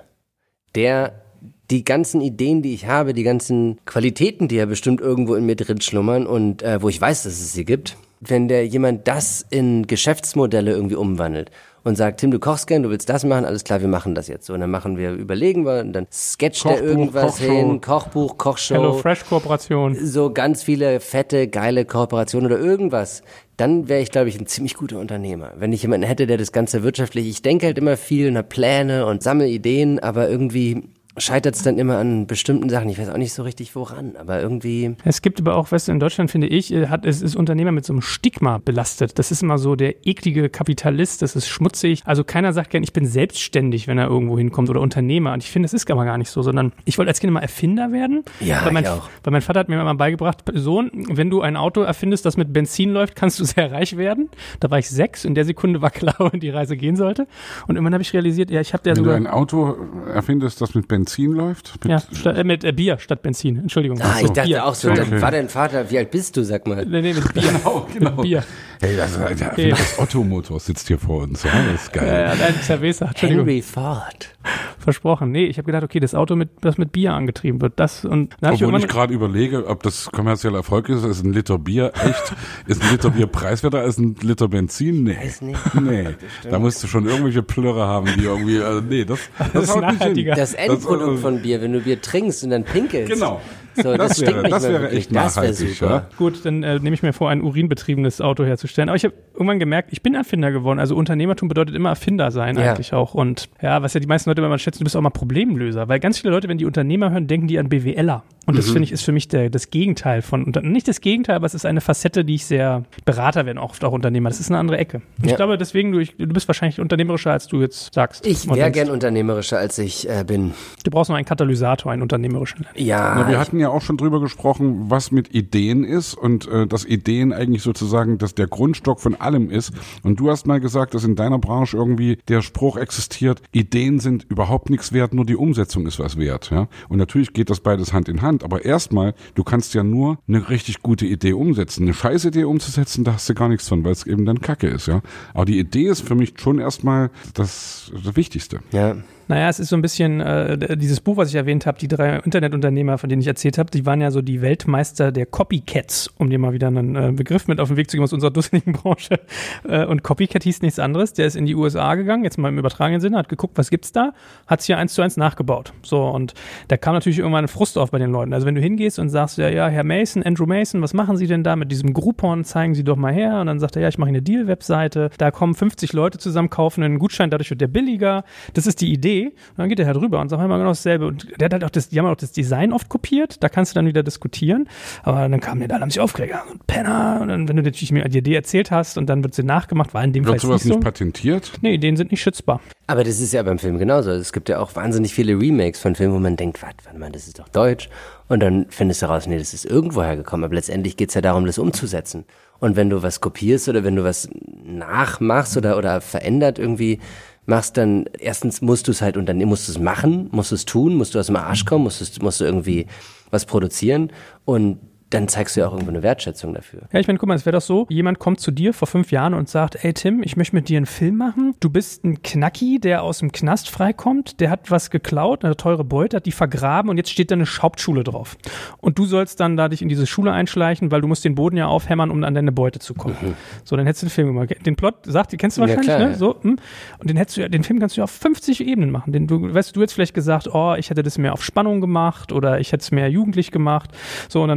der die ganzen Ideen, die ich habe, die ganzen Qualitäten, die ja bestimmt irgendwo in mir drin schlummern und äh, wo ich weiß, dass es sie gibt, wenn der jemand das in Geschäftsmodelle irgendwie umwandelt und sagt, Tim, du kochst gern, du willst das machen, alles klar, wir machen das jetzt so. Und dann machen wir, überlegen wir und dann sketcht er Kochbuch, irgendwas Kochshow. hin, Kochbuch, Kochshow. Hello Fresh Kooperation. So ganz viele fette, geile Kooperationen oder irgendwas, dann wäre ich, glaube ich, ein ziemlich guter Unternehmer. Wenn ich jemanden hätte, der das Ganze wirtschaftlich, ich denke halt immer viel und habe Pläne und sammle Ideen, aber irgendwie scheitert es dann immer an bestimmten Sachen. Ich weiß auch nicht so richtig woran, aber irgendwie... Es gibt aber auch, weißt du, in Deutschland, finde ich, hat es ist Unternehmer mit so einem Stigma belastet. Das ist immer so der eklige Kapitalist, das ist schmutzig. Also keiner sagt gern, ich bin selbstständig, wenn er irgendwo hinkommt oder Unternehmer. Und ich finde, das ist aber gar nicht so, sondern ich wollte als Kind immer Erfinder werden. Ja, weil mein, ich auch. Weil mein Vater hat mir immer beigebracht, Sohn, wenn du ein Auto erfindest, das mit Benzin läuft, kannst du sehr reich werden. Da war ich sechs, in der Sekunde war klar, wohin die Reise gehen sollte. Und irgendwann habe ich realisiert, ja, ich habe ja Wenn sogar... du ein Auto erfindest, das mit Benzin läuft? Mit ja, statt, äh, mit äh, Bier statt Benzin, Entschuldigung. Ah, So, ich dachte Bier. auch so, Okay. dann war dein Vater, wie alt bist du, sag mal? Nee, nee, mit Bier. Genau, genau. Mit Bier. Hey, das, der Erfinder des Otto-Motors sitzt hier vor uns. Ja, das ist geil. Ja, ja, nein, Cerveza, Entschuldigung. Henry Ford. Versprochen. Nee, ich habe gedacht, okay, das Auto, mit, das mit Bier angetrieben wird, das und dann hab ich Obwohl ich irgendwann, gerade überlege, ob das kommerzieller Erfolg ist. Ist ein Liter Bier echt? Ist ein Liter Bier preiswerter als ein Liter Benzin? Nee. Weiß nicht. Nee. Da musst du schon irgendwelche Plörre haben, die irgendwie, also nee, das, das, Das ist haut nicht hin. nachhaltiger. Das Endprodukt Das, äh, von Bier, wenn du Bier trinkst und dann pinkelst. Genau. So, das, Das stinkt wäre- nicht das mehr wäre wirklich. echt Das wäre nachhaltig, super. ja. gut, dann äh, nehme ich mir vor, ein urinbetriebenes Auto herzustellen. Aber ich habe irgendwann gemerkt, ich bin Erfinder geworden. Also Unternehmertum bedeutet immer Erfinder sein Ja. eigentlich auch. Und ja, was ja die meisten Leute immer schätzen, du bist auch mal Problemlöser. Weil ganz viele Leute, wenn die Unternehmer hören, denken die an BWLer. Und das finde ich, ist für mich der, das Gegenteil von, Unter- nicht das Gegenteil, aber es ist eine Facette, die ich sehr, Berater werden oft auch Unternehmer. Das ist eine andere Ecke. Ich Ja. glaube deswegen, du, ich, du bist wahrscheinlich unternehmerischer, als du jetzt sagst. Ich Und wäre denkst. gern unternehmerischer, als ich äh, bin. Du brauchst noch einen Katalysator, einen unternehmerischen. Ja, Na, wir ich- hatten ja auch schon drüber gesprochen, was mit Ideen ist und äh, dass Ideen eigentlich sozusagen dass der Grundstock von allem ist. Und du hast mal gesagt, dass in deiner Branche irgendwie der Spruch existiert, Ideen sind überhaupt nichts wert, nur die Umsetzung ist was wert. Ja? Und natürlich geht das beides Hand in Hand. Aber erstmal, du kannst ja nur eine richtig gute Idee umsetzen. Eine scheiß Idee umzusetzen, da hast du gar nichts von, weil es eben dann Kacke ist. Ja? Aber die Idee ist für mich schon erstmal das, das Wichtigste. ja. Naja, es ist so ein bisschen äh, dieses Buch, was ich erwähnt habe, die drei Internetunternehmer, von denen ich erzählt habe, die waren ja so die Weltmeister der Copycats, um dir mal wieder einen äh, Begriff mit auf den Weg zu geben aus unserer dusseligen Branche. Äh, und Copycat hieß nichts anderes. Der ist in die U S A gegangen, jetzt mal im übertragenen Sinne, hat geguckt, was gibt's da, hat's hier eins zu eins nachgebaut. So, und da kam natürlich irgendwann ein Frust auf bei den Leuten. Also wenn du hingehst und sagst, ja, ja, Herr Mason, Andrew Mason, was machen Sie denn da mit diesem Groupon? Zeigen Sie doch mal her. Und dann sagt er, ja, ich mache eine Deal-Webseite. Da kommen fünfzig Leute zusammen, kaufen einen Gutschein, dadurch wird der billiger. Das ist die Idee. Und dann geht der Herr drüber und sagt immer genau dasselbe. Und der hat halt auch das, die haben auch das Design oft kopiert. Da kannst du dann wieder diskutieren. Aber dann kamen die da, haben sich aufgeregt. Ja, so ein Penner. Und dann, wenn du natürlich mir die Idee erzählt hast und dann wird sie nachgemacht, war in dem Fall Wird sowas nicht so. nicht patentiert? Nee, Ideen sind nicht schützbar. Aber das ist ja beim Film genauso. Es gibt ja auch wahnsinnig viele Remakes von Filmen, wo man denkt, warte, warte mal, das ist doch Deutsch. Und dann findest du raus, nee, das ist irgendwo hergekommen. Aber letztendlich geht's ja darum, das umzusetzen. Und wenn du was kopierst oder wenn du was nachmachst oder, oder verändert irgendwie machst, dann erstens musst du es halt und dann musst du es machen, musst du es tun, musst du aus dem Arsch kommen, musst du, musst du irgendwie was produzieren und dann zeigst du ja auch irgendwo eine Wertschätzung dafür. Ja, ich meine, guck mal, es wäre doch so, jemand kommt zu dir vor fünf Jahren und sagt, ey Tim, ich möchte mit dir einen Film machen. Du bist ein Knacki, der aus dem Knast freikommt, der hat was geklaut, eine teure Beute, hat die vergraben und jetzt steht da eine Hauptschule drauf. Und du sollst dann da dich in diese Schule einschleichen, weil du musst den Boden ja aufhämmern, um an deine Beute zu kommen. Mhm. So, dann hättest du den Film gemacht. Den Plot, sagt, kennst du wahrscheinlich, ja, klar, ne? Ja. So, hm. Und den hättest du, den Film kannst du ja auf fünfzig Ebenen machen. Den, du, weißt du, du hättest vielleicht gesagt, oh, ich hätte das mehr auf Spannung gemacht oder ich hätte es mehr jugendlich gemacht. So, und dann kommt halt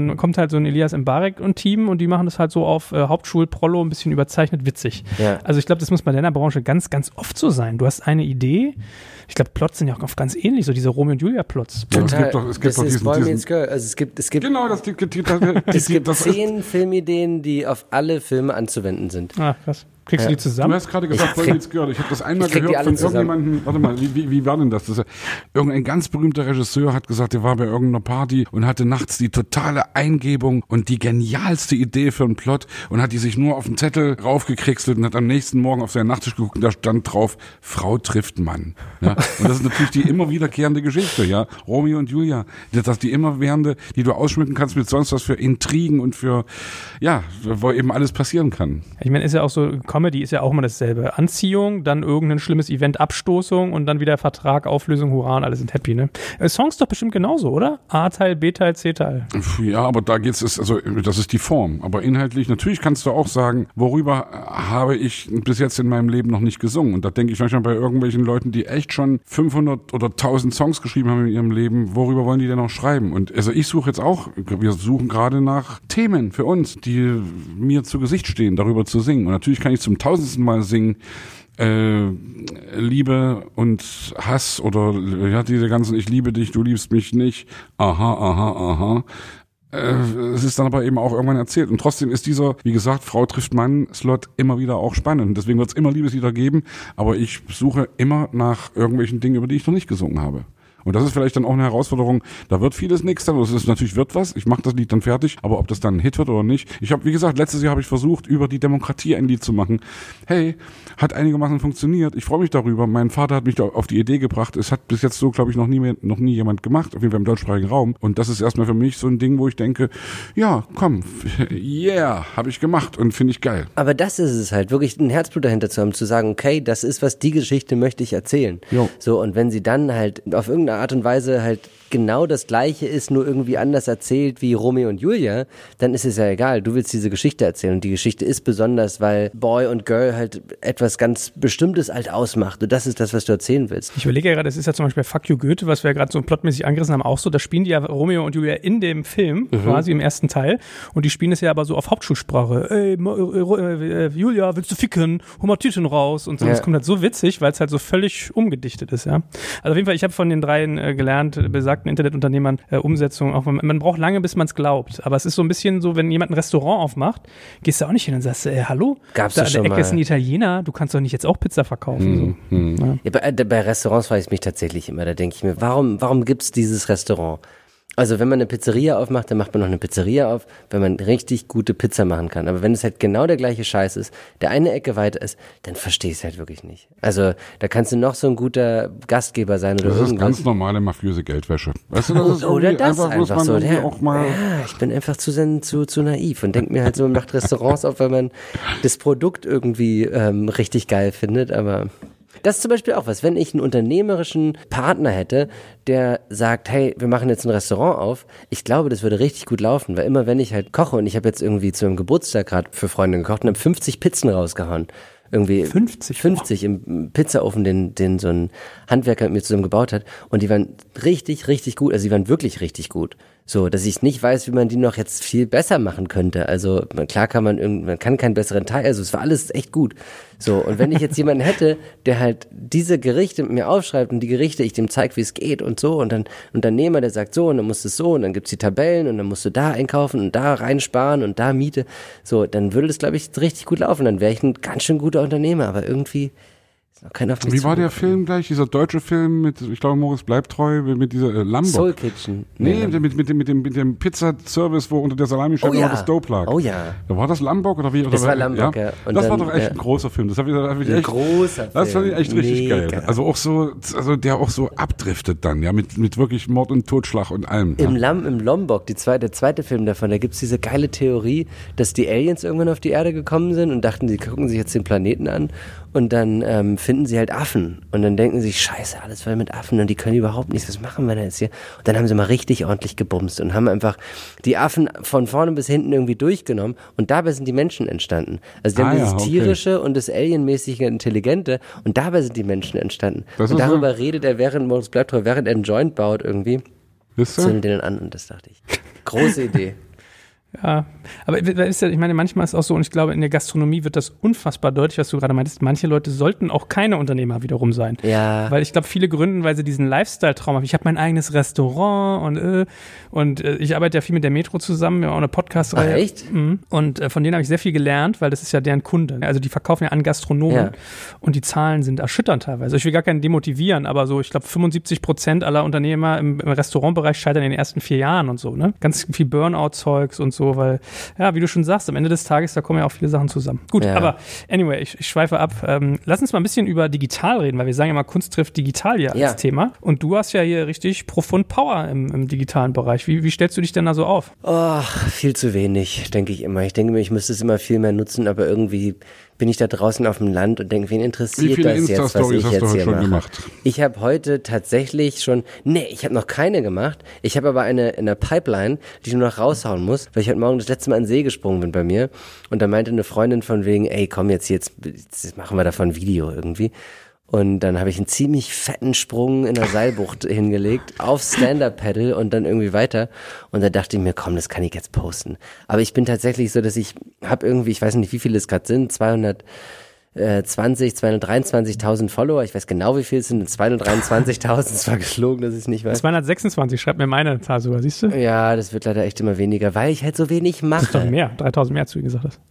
halt so ein Elias Mbarek und Team und die machen das halt so auf äh, Hauptschul-Prollo ein bisschen überzeichnet witzig. Ja. Also ich glaube, das muss bei deiner Branche ganz, ganz oft so sein. Du hast eine Idee, ich glaube, Plots sind ja auch oft ganz ähnlich, so diese Romeo und Julia-Plots. Total. Es gibt doch, es gibt das doch ist diesen, Boy diesen Meets Girl. Also es gibt, es gibt, genau, das gibt, das, das, es gibt das zehn Filmideen, die auf alle Filme anzuwenden sind. Ah, krass. Kriegst ja. du die zusammen? Du hast gerade gesagt, Boy Meets Girl. Ich habe das einmal gehört von zusammen. irgendjemandem, warte mal, wie, wie, wie war denn das? das ist, irgendein ganz berühmter Regisseur hat gesagt, der war bei irgendeiner Party und hatte nachts die totale Eingebung und die genialste Idee für einen Plot und hat die sich nur auf den Zettel raufgekriegselt und hat am nächsten Morgen auf seinen Nachttisch geguckt und da stand drauf, Frau trifft Mann. Ja? Und das ist natürlich die immer wiederkehrende Geschichte, ja. Romeo und Julia. Das ist die immerwährende, die du ausschmücken kannst mit sonst was für Intrigen und für, ja, wo eben alles passieren kann. Ich meine, ist ja auch so, Comedy ist ja auch immer dasselbe. Anziehung, dann irgendein schlimmes Event, Abstoßung und dann wieder Vertrag, Auflösung, Hurra und alle sind happy, ne? Äh, Songs doch bestimmt genauso, oder? A-Teil, B-Teil, C-Teil. Ja, aber da geht's, also das ist die Form. Aber inhaltlich, natürlich kannst du auch sagen, worüber habe ich bis jetzt in meinem Leben noch nicht gesungen? Und da denke ich manchmal bei irgendwelchen Leuten, die echt schon fünfhundert oder tausend Songs geschrieben haben in ihrem Leben, worüber wollen die denn noch schreiben? Und also ich suche jetzt auch, wir suchen gerade nach Themen für uns, die mir zu Gesicht stehen, darüber zu singen. Und natürlich kann ich zum tausendsten Mal singen, Äh, Liebe und Hass oder ja, diese ganzen ich liebe dich, du liebst mich nicht, aha, aha, aha. Äh, es ist dann aber eben auch irgendwann erzählt. Und trotzdem ist dieser, wie gesagt, Frau trifft Mann-Slot immer wieder auch spannend. Deswegen wird es immer Liebeslieder geben, aber ich suche immer nach irgendwelchen Dingen, über die ich noch nicht gesungen habe. Und das ist vielleicht dann auch eine Herausforderung. Da wird vieles nichts, dann. Das ist natürlich wird was. Ich mache das Lied dann fertig, aber ob das dann ein Hit wird oder nicht. Ich habe, wie gesagt, letztes Jahr habe ich versucht, über die Demokratie ein Lied zu machen. Hey, hat einigermaßen funktioniert. Ich freue mich darüber. Mein Vater hat mich da auf die Idee gebracht. Es hat bis jetzt so, glaube ich, noch nie mehr, noch nie jemand gemacht, auf jeden Fall im deutschsprachigen Raum. Und das ist erstmal für mich so ein Ding, wo ich denke, ja, komm, yeah, habe ich gemacht und finde ich geil. Aber das ist es halt, wirklich ein Herzblut dahinter zu haben, zu sagen, okay, das ist was, die Geschichte möchte ich erzählen. Jo. So, und wenn sie dann halt auf irgendeine Art und Weise halt genau das Gleiche ist, nur irgendwie anders erzählt wie Romeo und Julia, dann ist es ja egal. Du willst diese Geschichte erzählen und die Geschichte ist besonders, weil Boy und Girl halt etwas ganz Bestimmtes halt ausmacht und das ist das, was du erzählen willst. Ich überlege ja gerade, es ist ja zum Beispiel Fuck You Goethe, was wir ja gerade so plotmäßig angerissen haben, auch so, da spielen die ja Romeo und Julia in dem Film, mhm. quasi im ersten Teil und die spielen es ja aber so auf Hauptschulsprache. Ey, äh, äh, Julia, willst du ficken? Hol mal Tüten raus und so. Ja. Das kommt halt so witzig, weil es halt so völlig umgedichtet ist, ja. Also auf jeden Fall, ich habe von den dreien äh, gelernt, besagten Internetunternehmern, äh, Umsetzung, auch man, man braucht lange, bis man es glaubt. Aber es ist so ein bisschen so, wenn jemand ein Restaurant aufmacht, gehst du auch nicht hin und sagst, äh, hallo? Gab's da das schon an der Ecke mal? ist ein Italiener, du kannst doch nicht jetzt auch Pizza verkaufen. Hm, so. hm. Ja. Ja, bei, bei Restaurants frage ich mich tatsächlich immer, da denke ich mir, warum, warum gibt's dieses Restaurant? Also wenn man eine Pizzeria aufmacht, dann macht man noch eine Pizzeria auf, wenn man richtig gute Pizza machen kann. Aber wenn es halt genau der gleiche Scheiß ist, der eine Ecke weiter ist, dann verstehe ich es halt wirklich nicht. Also da kannst du noch so ein guter Gastgeber sein oder das irgendwas. Das ist ganz normale mafiöse Geldwäsche. Weißt du, das ist oder das einfach, muss einfach man so. Der, auch mal ja, ich bin einfach zu, zu, zu naiv und denke mir halt so, man macht Restaurants auf, weil man das Produkt irgendwie ähm, richtig geil findet, aber... Das ist zum Beispiel auch was, wenn ich einen unternehmerischen Partner hätte, der sagt, hey, wir machen jetzt ein Restaurant auf, ich glaube, das würde richtig gut laufen, weil immer wenn ich halt koche und ich habe jetzt irgendwie zu einem Geburtstag gerade für Freunde gekocht und habe fünfzig Pizzen rausgehauen, irgendwie fünfzig? fünfzig im Pizzaofen, den, den so ein Handwerker mit mir zusammen gebaut hat und die waren richtig, richtig gut, also die waren wirklich richtig gut. So, dass ich nicht weiß, wie man die noch jetzt viel besser machen könnte. Also klar kann man irgend, man kann keinen besseren Teil, also es war alles echt gut. So, und wenn ich jetzt jemanden hätte, der halt diese Gerichte mit mir aufschreibt und die Gerichte, ich dem zeige, wie es geht und so und dann ein Unternehmer, der sagt so und dann musst du es so und dann gibt's die Tabellen und dann musst du da einkaufen und da reinsparen und da Miete, so, dann würde das, glaube ich, richtig gut laufen. Dann wäre ich ein ganz schön guter Unternehmer, aber irgendwie ist noch keiner auf mich Wie war der Film gleich, dieser deutsche Film mit, ich glaube, Moritz bleibt treu, mit dieser äh, Lambo. Soul Kitchen. Nee, nee. Mit, mit, dem, mit dem, mit dem Pizzaservice, wo unter der Salamischeibe oh, ja. das Dope lag. Oh ja. Da war das Lombok oder wie? Oder das war war, Lombok, ja. ja. Und das dann, war doch echt ja. ein großer Film. Das, hab ich, das, hab ich ein echt, großer das fand ich echt richtig Mega. geil. Also auch so, also der auch so abdriftet dann, ja, mit, mit wirklich Mord und Totschlag und allem. Im, ja. Lam, im Lombok, die zweite, der zweite Film davon, da gibt's diese geile Theorie, dass die Aliens irgendwann auf die Erde gekommen sind und dachten, sie gucken sich jetzt den Planeten an und dann ähm, finden sie halt Affen und dann denken sie, scheiße, alles voll mit Affen und die können überhaupt nichts, was machen wir denn jetzt hier? Und dann haben sie mal richtig ordentlich gebumst und haben einfach die Affen von vorne bis hinten irgendwie durchgenommen und dabei sind die Menschen entstanden. Also die ah, haben ja, dieses okay. tierische und das alienmäßige Intelligente und dabei sind die Menschen entstanden. Das und ist darüber so redet er, während Moritz bleibt treu, während er einen Joint baut irgendwie, Wisst ihr? zündet den an und das dachte ich. Große Idee. Ja, aber ist ja, ich meine, manchmal ist es auch so, und ich glaube, in der Gastronomie wird das unfassbar deutlich, was du gerade meintest. Manche Leute sollten auch keine Unternehmer wiederum sein. Ja. Weil ich glaube, viele gründen, weil sie diesen Lifestyle-Traum haben. Ich habe mein eigenes Restaurant und äh, und äh, ich arbeite ja viel mit der Metro zusammen, wir haben auch eine Podcast-Reihe. Ach, echt? Mhm. Und äh, von denen habe ich sehr viel gelernt, weil das ist ja deren Kunde. Also die verkaufen ja an Gastronomen Ja. und die Zahlen sind erschütternd teilweise. Ich will gar keinen demotivieren, aber so, ich glaube, fünfundsiebzig Prozent aller Unternehmer im, im Restaurantbereich scheitern in den ersten vier Jahren und so, ne? Ganz viel Burnout-Zeugs und so, weil, ja, wie du schon sagst, am Ende des Tages, da kommen ja auch viele Sachen zusammen. Gut, Ja. aber anyway, ich, ich schweife ab. Ähm, lass uns mal ein bisschen über digital reden, weil wir sagen ja mal, Kunst trifft digital hier Ja. als Thema. Und du hast ja hier richtig profund Power im, im digitalen Bereich. Wie, wie stellst du dich denn da so auf? Oh, viel zu wenig, denke ich immer. Ich denke mir, ich müsste es immer viel mehr nutzen, aber irgendwie bin ich da draußen auf dem Land und denke, wen interessiert Wie viele das jetzt, was Insta-Stories ich hast du jetzt heute hier schon mache? gemacht? Ich habe heute tatsächlich schon, nee, ich habe noch keine gemacht. Ich habe aber eine in der Pipeline, die ich nur noch raushauen muss, weil ich heute Morgen das letzte Mal in den See gesprungen bin bei mir und da meinte eine Freundin von wegen, ey, komm jetzt, jetzt, jetzt machen wir davon ein Video irgendwie. Und dann habe ich einen ziemlich fetten Sprung in der Seilbucht hingelegt, auf Stand-Up-Paddle und dann irgendwie weiter. Und da dachte ich mir, komm, das kann ich jetzt posten. Aber ich bin tatsächlich so, dass ich habe irgendwie, ich weiß nicht, wie viele es gerade sind, zweihundertzwanzig, zweihundertdreiundzwanzigtausend Follower. Ich weiß genau, wie viel es sind. zweihundertdreiundzwanzigtausend, es war gelogen, dass ich es nicht weiß. zweihundertsechsundzwanzig, schreib mir meine Zahl sogar, siehst du? Ja, das wird leider echt immer weniger, weil ich halt so wenig Das ist doch mache. mehr, dreitausend mehr, als du gesagt hast.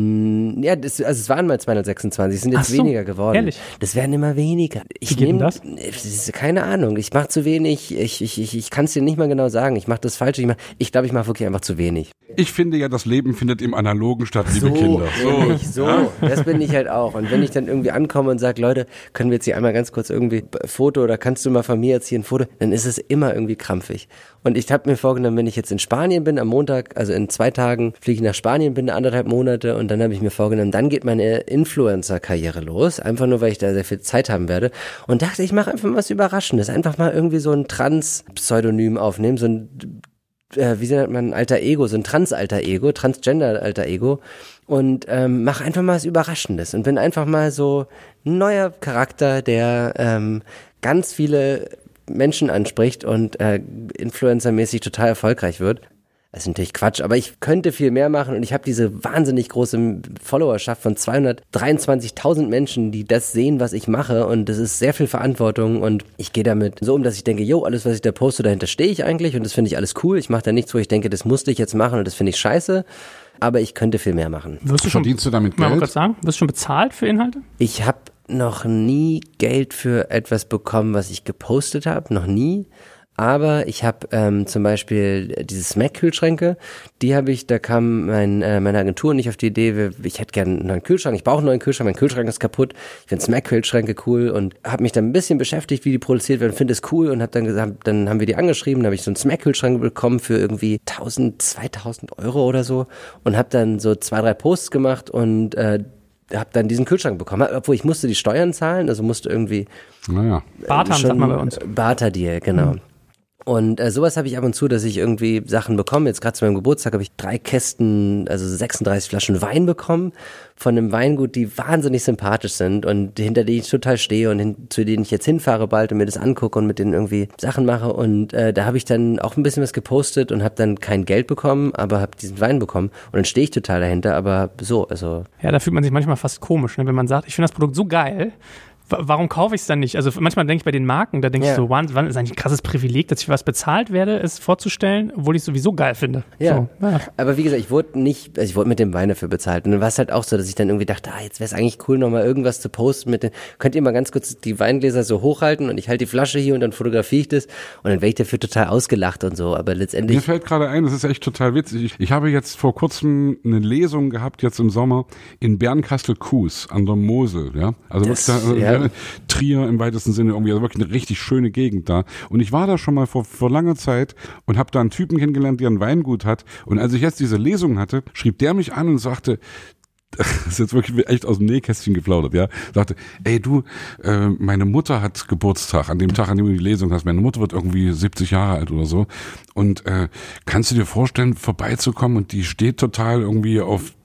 Ja, das, also es waren mal zweihundertsechsundzwanzig, es sind jetzt Ach so, weniger geworden. ehrlich? Das werden immer weniger. Ich Wie geht denn nehm- das? das ist keine Ahnung. Ich mache zu wenig. Ich, ich, ich, ich kann es dir nicht mal genau sagen. Ich mache das falsch. Ich, mach, ich glaube, ich mache wirklich einfach zu wenig. Ich finde ja, das Leben findet im Analogen statt, liebe Kinder. Nämlich so. Das bin ich halt auch. Und wenn ich dann irgendwie ankomme und sage, Leute, können wir jetzt hier einmal ganz kurz irgendwie ein Foto oder kannst du mal von mir jetzt hier ein Foto, dann ist es immer irgendwie krampfig. Und ich habe mir vorgenommen, wenn ich jetzt in Spanien bin, am Montag, also in zwei Tagen fliege ich nach Spanien, bin anderthalb Monate und dann habe ich mir vorgenommen, dann geht meine Influencer-Karriere los, einfach nur, weil ich da sehr viel Zeit haben werde und dachte, ich mache einfach mal was Überraschendes, einfach mal irgendwie so ein Trans-Pseudonym aufnehmen, so ein, äh, wie nennt man, Alter Ego, so ein Trans-Alter Ego, Transgender-Alter Ego und ähm, mach einfach mal was Überraschendes und bin einfach mal so ein neuer Charakter, der ähm, ganz viele Menschen anspricht und äh, influencermäßig total erfolgreich wird. Das ist natürlich Quatsch, aber ich könnte viel mehr machen und ich habe diese wahnsinnig große Followerschaft von zweihundertdreiundzwanzigtausend Menschen, die das sehen, was ich mache und das ist sehr viel Verantwortung und ich gehe damit so um, dass ich denke, jo, alles, was ich da poste, dahinter stehe ich eigentlich und das finde ich alles cool. Ich mache da nichts, wo ich denke, das musste ich jetzt machen und das finde ich scheiße, aber ich könnte viel mehr machen. Wirst du schon, Verdienst du damit mal Geld? kurz sagen, wirst du schon bezahlt für Inhalte? Ich habe noch nie Geld für etwas bekommen, was ich gepostet habe, noch nie. Aber ich habe ähm, zum Beispiel diese Smack-Kühlschränke, die habe ich, da kam mein, äh, meine Agentur nicht auf die Idee, wir, ich hätte gerne einen neuen Kühlschrank, ich brauche einen neuen Kühlschrank, mein Kühlschrank ist kaputt, ich finde Smack-Kühlschränke cool und habe mich dann ein bisschen beschäftigt, wie die produziert werden, finde es cool und habe dann gesagt, dann haben wir die angeschrieben, dann habe ich so einen Smack-Kühlschrank bekommen für irgendwie tausend, zweitausend Euro oder so und habe dann so zwei, drei Posts gemacht und äh, habe dann diesen Kühlschrank bekommen, obwohl ich musste die Steuern zahlen, also musste irgendwie Naja. Bartern, sagt man bei uns. Barter-Deal, genau. Mhm. Und äh, sowas habe ich ab und zu, dass ich irgendwie Sachen bekomme. Jetzt gerade zu meinem Geburtstag habe ich drei Kästen, also sechsunddreißig Flaschen Wein bekommen von einem Weingut, die wahnsinnig sympathisch sind und hinter denen ich total stehe und hin, zu denen ich jetzt hinfahre bald und mir das angucke und mit denen irgendwie Sachen mache. Und äh, da habe ich dann auch ein bisschen was gepostet und habe dann kein Geld bekommen, aber habe diesen Wein bekommen. Und dann stehe ich total dahinter, aber so, also... Ja, da fühlt man sich manchmal fast komisch, ne? Wenn man sagt, ich finde das Produkt so geil, wa- warum kaufe ich es dann nicht? Also manchmal denke ich bei den Marken, da denke Ja. ich so, wann, wann ist eigentlich ein krasses Privileg, dass ich für was bezahlt werde, es vorzustellen, obwohl ich es sowieso geil finde. Ja. So, ja. Aber wie gesagt, ich wurde nicht, also ich wurde mit dem Wein dafür bezahlt. Und dann war es halt auch so, dass ich dann irgendwie dachte, ah, jetzt wäre es eigentlich cool, nochmal irgendwas zu posten mit den, könnt ihr mal ganz kurz die Weingläser so hochhalten und ich halte die Flasche hier und dann fotografiere ich das und dann werde ich dafür total ausgelacht und so. Aber Mir letztendlich, fällt gerade ein, das ist echt total witzig. Ich, ich habe jetzt vor kurzem eine Lesung gehabt, jetzt im Sommer, in Bernkastel-Kues an der Mosel, ja. Also Das- wirklich da, ja. äh, Trier im weitesten Sinne irgendwie, also wirklich eine richtig schöne Gegend da. Und ich war da schon mal vor, vor langer Zeit und habe da einen Typen kennengelernt, der ein Weingut hat. Und als ich jetzt diese Lesung hatte, schrieb der mich an und sagte, das ist jetzt wirklich echt aus dem Nähkästchen geplaudert, ja. Sagte, ey du, äh, meine Mutter hat Geburtstag, an dem Tag, an dem du die Lesung hast. Meine Mutter wird irgendwie siebzig Jahre alt oder so. Und äh, kannst du dir vorstellen, vorbeizukommen und die steht total irgendwie auf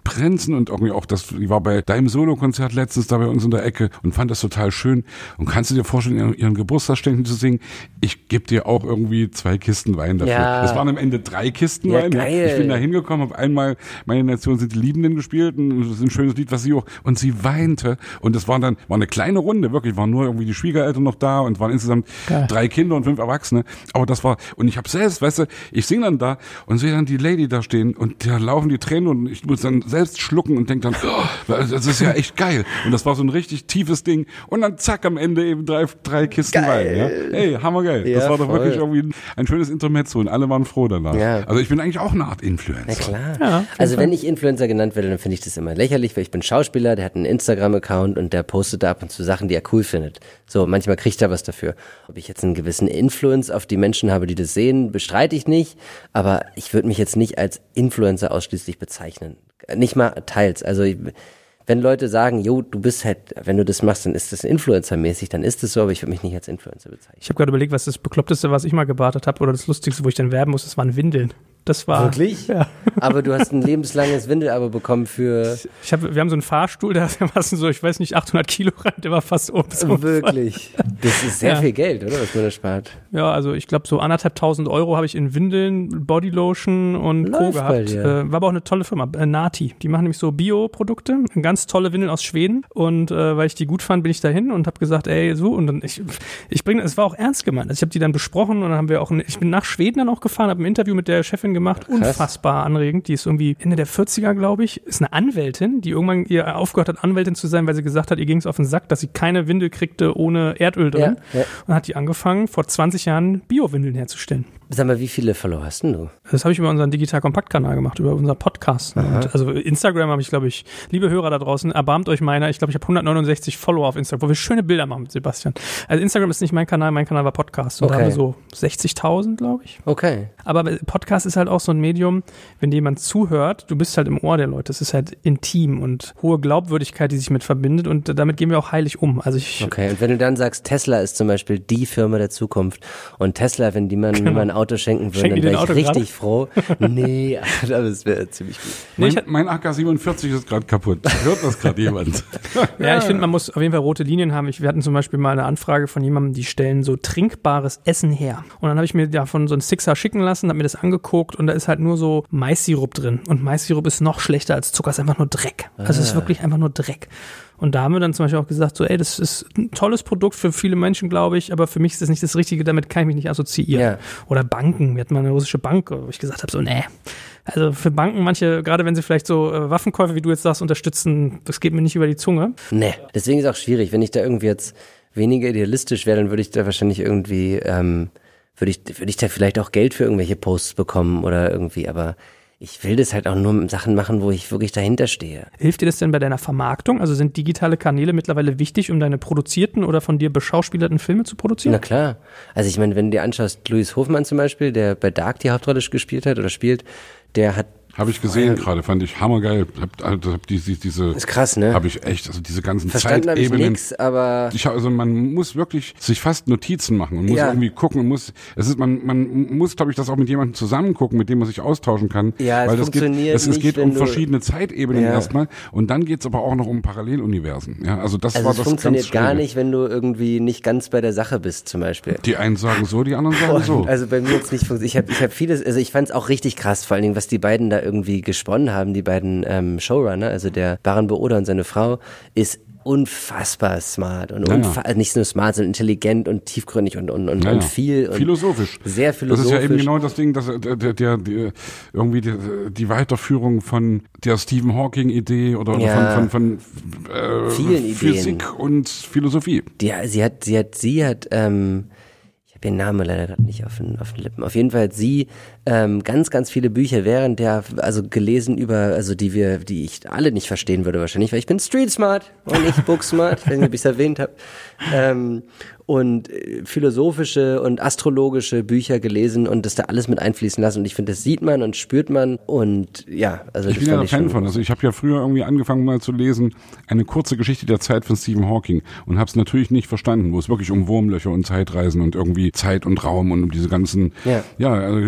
Prinzen und irgendwie auch das, ich war bei deinem Solokonzert letztens da bei uns in der Ecke und fand das total schön. Und kannst du dir vorstellen, ihren, ihren Geburtstagsständen zu singen? Ich gebe dir auch irgendwie zwei Kisten Wein dafür. Ja. Es waren am Ende drei Kisten Ja, Wein. geil. Ich bin da hingekommen, habe einmal Meine Nation sind die Liebenden gespielt und das ist ein schönes Lied, was sie auch, und sie weinte. Und das war dann, war eine kleine Runde, wirklich, waren nur irgendwie die Schwiegereltern noch da und waren insgesamt Geil. drei Kinder und fünf Erwachsene. Aber das war, und ich habe selbst, weißt du, ich singe dann da und sehe dann die Lady da stehen und da laufen die Tränen und ich muss dann selbst schlucken und denke dann, oh, das ist ja echt geil. Und das war so ein richtig tiefes Ding. Und dann zack, am Ende eben drei, drei Kisten Geil. Wein. Ja? Ey, hammergeil. Ja, das war doch voll. wirklich irgendwie ein schönes Intermezzo und alle waren froh danach. Ja. Also ich bin eigentlich auch eine Art Influencer. Na klar. Ja, also wenn ich Influencer genannt werde, dann finde ich das immer lächerlich, weil ich bin Schauspieler, der hat einen Instagram-Account und der postet da ab und zu Sachen, die er cool findet. So, manchmal kriegt er was dafür. Ob ich jetzt einen gewissen Influence auf die Menschen habe, die das sehen, bestreite ich nicht, aber ich würde mich jetzt nicht als Influencer ausschließlich bezeichnen. Nicht mal teils. Also ich, wenn Leute sagen, jo, du bist halt, wenn du das machst, dann ist das Influencer-mäßig, dann ist es so, aber ich würde mich nicht als Influencer bezeichnen. Ich habe gerade überlegt, was das Bekloppteste, was ich mal gebartet habe, oder das Lustigste, wo ich dann werben muss, das waren Windeln. Das war. Wirklich? Ja. Aber du hast ein lebenslanges Windelabo bekommen für... Ich hab, wir haben so einen Fahrstuhl, der war so, ich weiß nicht, achthundert Kilo rein, der war fast oben. So Wirklich? Das ist sehr Ja. viel Geld, oder? Was man da spart. Ja, also ich glaube, so anderthalbtausend Euro habe ich in Windeln, Bodylotion und Co. Läuft bei gehabt. dir. Äh, war aber auch eine tolle Firma, äh, Nati. Die machen nämlich so Bioprodukte, ganz tolle Windeln aus Schweden. Und äh, weil ich die gut fand, bin ich dahin und habe gesagt, ey, so. Und dann, ich, ich bringe, es war auch ernst gemeint. Also ich habe die dann besprochen und dann haben wir auch, ein, ich bin nach Schweden dann auch gefahren, habe ein Interview mit der Chefin gemacht. Krass. Unfassbar anregend. Die ist irgendwie Ende der vierziger, glaube ich. Ist eine Anwältin, die irgendwann ihr aufgehört hat, Anwältin zu sein, weil sie gesagt hat, ihr ging es auf den Sack, dass sie keine Windel kriegte ohne Erdöl drin. Ja, ja. Und hat die angefangen, vor zwanzig Jahren Bio-Windeln herzustellen. Sag mal, wie viele Follower hast denn du? Das habe ich über unseren Digital-Kompakt-Kanal gemacht, über unser Podcast. Und also Instagram habe ich, glaube ich, liebe Hörer da draußen, erbarmt euch meiner. Ich glaube, ich habe hundertneunundsechzig Follower auf Instagram, wo wir schöne Bilder machen mit Sebastian. Also Instagram ist nicht mein Kanal, mein Kanal war Podcast. Und Okay. da haben wir so sechzigtausend, glaube ich. Okay. Aber Podcast ist halt auch so ein Medium, wenn dir jemand zuhört, du bist halt im Ohr der Leute. Es ist halt intim und hohe Glaubwürdigkeit, die sich mit verbindet. Und damit gehen wir auch heilig um. Also ich, Okay, und wenn du dann sagst, Tesla ist zum Beispiel die Firma der Zukunft und Tesla, wenn die man mir mal ein Auto schenken würden, Schenken die dann wäre ich den Auto richtig froh. Nee, aber es wäre ziemlich gut. Nee, ich Mein, mein A K siebenundvierzig ist gerade kaputt. Hört das gerade jemand? Ja, ich finde, man muss auf jeden Fall rote Linien haben. Ich, wir hatten zum Beispiel mal eine Anfrage von jemandem, die stellen so trinkbares Essen her. Und dann habe ich mir davon so einen Sixer schicken lassen, habe mir das angeguckt und da ist halt nur so Maissirup drin. Und Maissirup ist noch schlechter als Zucker, ist einfach nur Dreck. Also es ist wirklich einfach nur Dreck. Und da haben wir dann zum Beispiel auch gesagt, so ey, das ist ein tolles Produkt für viele Menschen, glaube ich, aber für mich ist das nicht das Richtige, damit kann ich mich nicht assoziieren. Ja. Oder Banken, wir hatten mal eine russische Bank, wo ich gesagt habe, so nee. Also für Banken, manche, gerade wenn sie vielleicht so äh, Waffenkäufe, wie du jetzt sagst, unterstützen, das geht mir nicht über die Zunge. Nee, deswegen ist auch schwierig. Wenn ich da irgendwie jetzt weniger idealistisch wäre, dann würde ich da wahrscheinlich irgendwie, ähm, würde ich, würde ich da vielleicht auch Geld für irgendwelche Posts bekommen oder irgendwie, aber ich will das halt auch nur mit Sachen machen, wo ich wirklich dahinter stehe. Hilft dir das denn bei deiner Vermarktung? Also sind digitale Kanäle mittlerweile wichtig, um deine produzierten oder von dir beschauspielerten Filme zu produzieren? Na klar. Also ich meine, wenn du dir anschaust, Louis Hofmann zum Beispiel, der bei Dark die Hauptrolle gespielt hat oder spielt, der hat Habe ich gesehen gerade, fand ich hammergeil. Hab, also hab die, die, diese, ist krass, ne? habe ich echt, also diese ganzen Verstanden habe ich Zeitebenen. nix, aber Ich, also man muss wirklich sich fast Notizen machen und muss Ja. irgendwie gucken und muss, es ist, man, man muss, glaube ich, das auch mit jemandem zusammen gucken, mit dem man sich austauschen kann. Ja, es weil das geht, funktioniert es, es nicht, geht wenn um du- verschiedene Zeitebenen Ja. erstmal und dann geht's aber auch noch um Paralleluniversen. Ja, also das also war es das funktioniert ganz gar Schräge. nicht, wenn du irgendwie nicht ganz bei der Sache bist zum Beispiel. Die einen sagen so, die anderen sagen so. Also bei mir jetzt nicht funktioniert. Ich habe ich hab vieles, also ich fand es auch richtig krass, vor allen Dingen, was die beiden da irgendwie gesponnen haben, die beiden ähm, Showrunner, also der Baran Booda und seine Frau, ist unfassbar smart und Ja, ja. unfa- nicht nur smart, sondern intelligent und tiefgründig und, und, und, Ja, und ja. viel. Und Philosophisch. Sehr Das philosophisch. ist ja eben genau das Ding, dass der, der, der, der irgendwie die, die Weiterführung von der Stephen Hawking-Idee oder, oder Ja. von, von, von äh, Vielen Ideen. Physik und Philosophie. Die, sie hat, sie hat, sie hat, ähm, ich habe ihren Namen leider gerade nicht auf den, auf den Lippen. Auf jeden Fall hat sie ähm, ganz, ganz viele Bücher während der, also gelesen über, also die wir, die ich alle nicht verstehen würde wahrscheinlich, weil ich bin Street Smart und nicht Book Smart, ich weiß nicht, ob ich es erwähnt habe. Ähm, und äh, philosophische und astrologische Bücher gelesen und das da alles mit einfließen lassen. Und ich finde, das sieht man und spürt man und ja, also Ich das bin ja fand ein ich Fan schon. von. Also ich habe ja früher irgendwie angefangen mal zu lesen, eine kurze Geschichte der Zeit von Stephen Hawking und habe es natürlich nicht verstanden, wo es wirklich um Wurmlöcher und Zeitreisen und irgendwie Zeit und Raum und um diese ganzen, Ja. ja, also schräge Sachen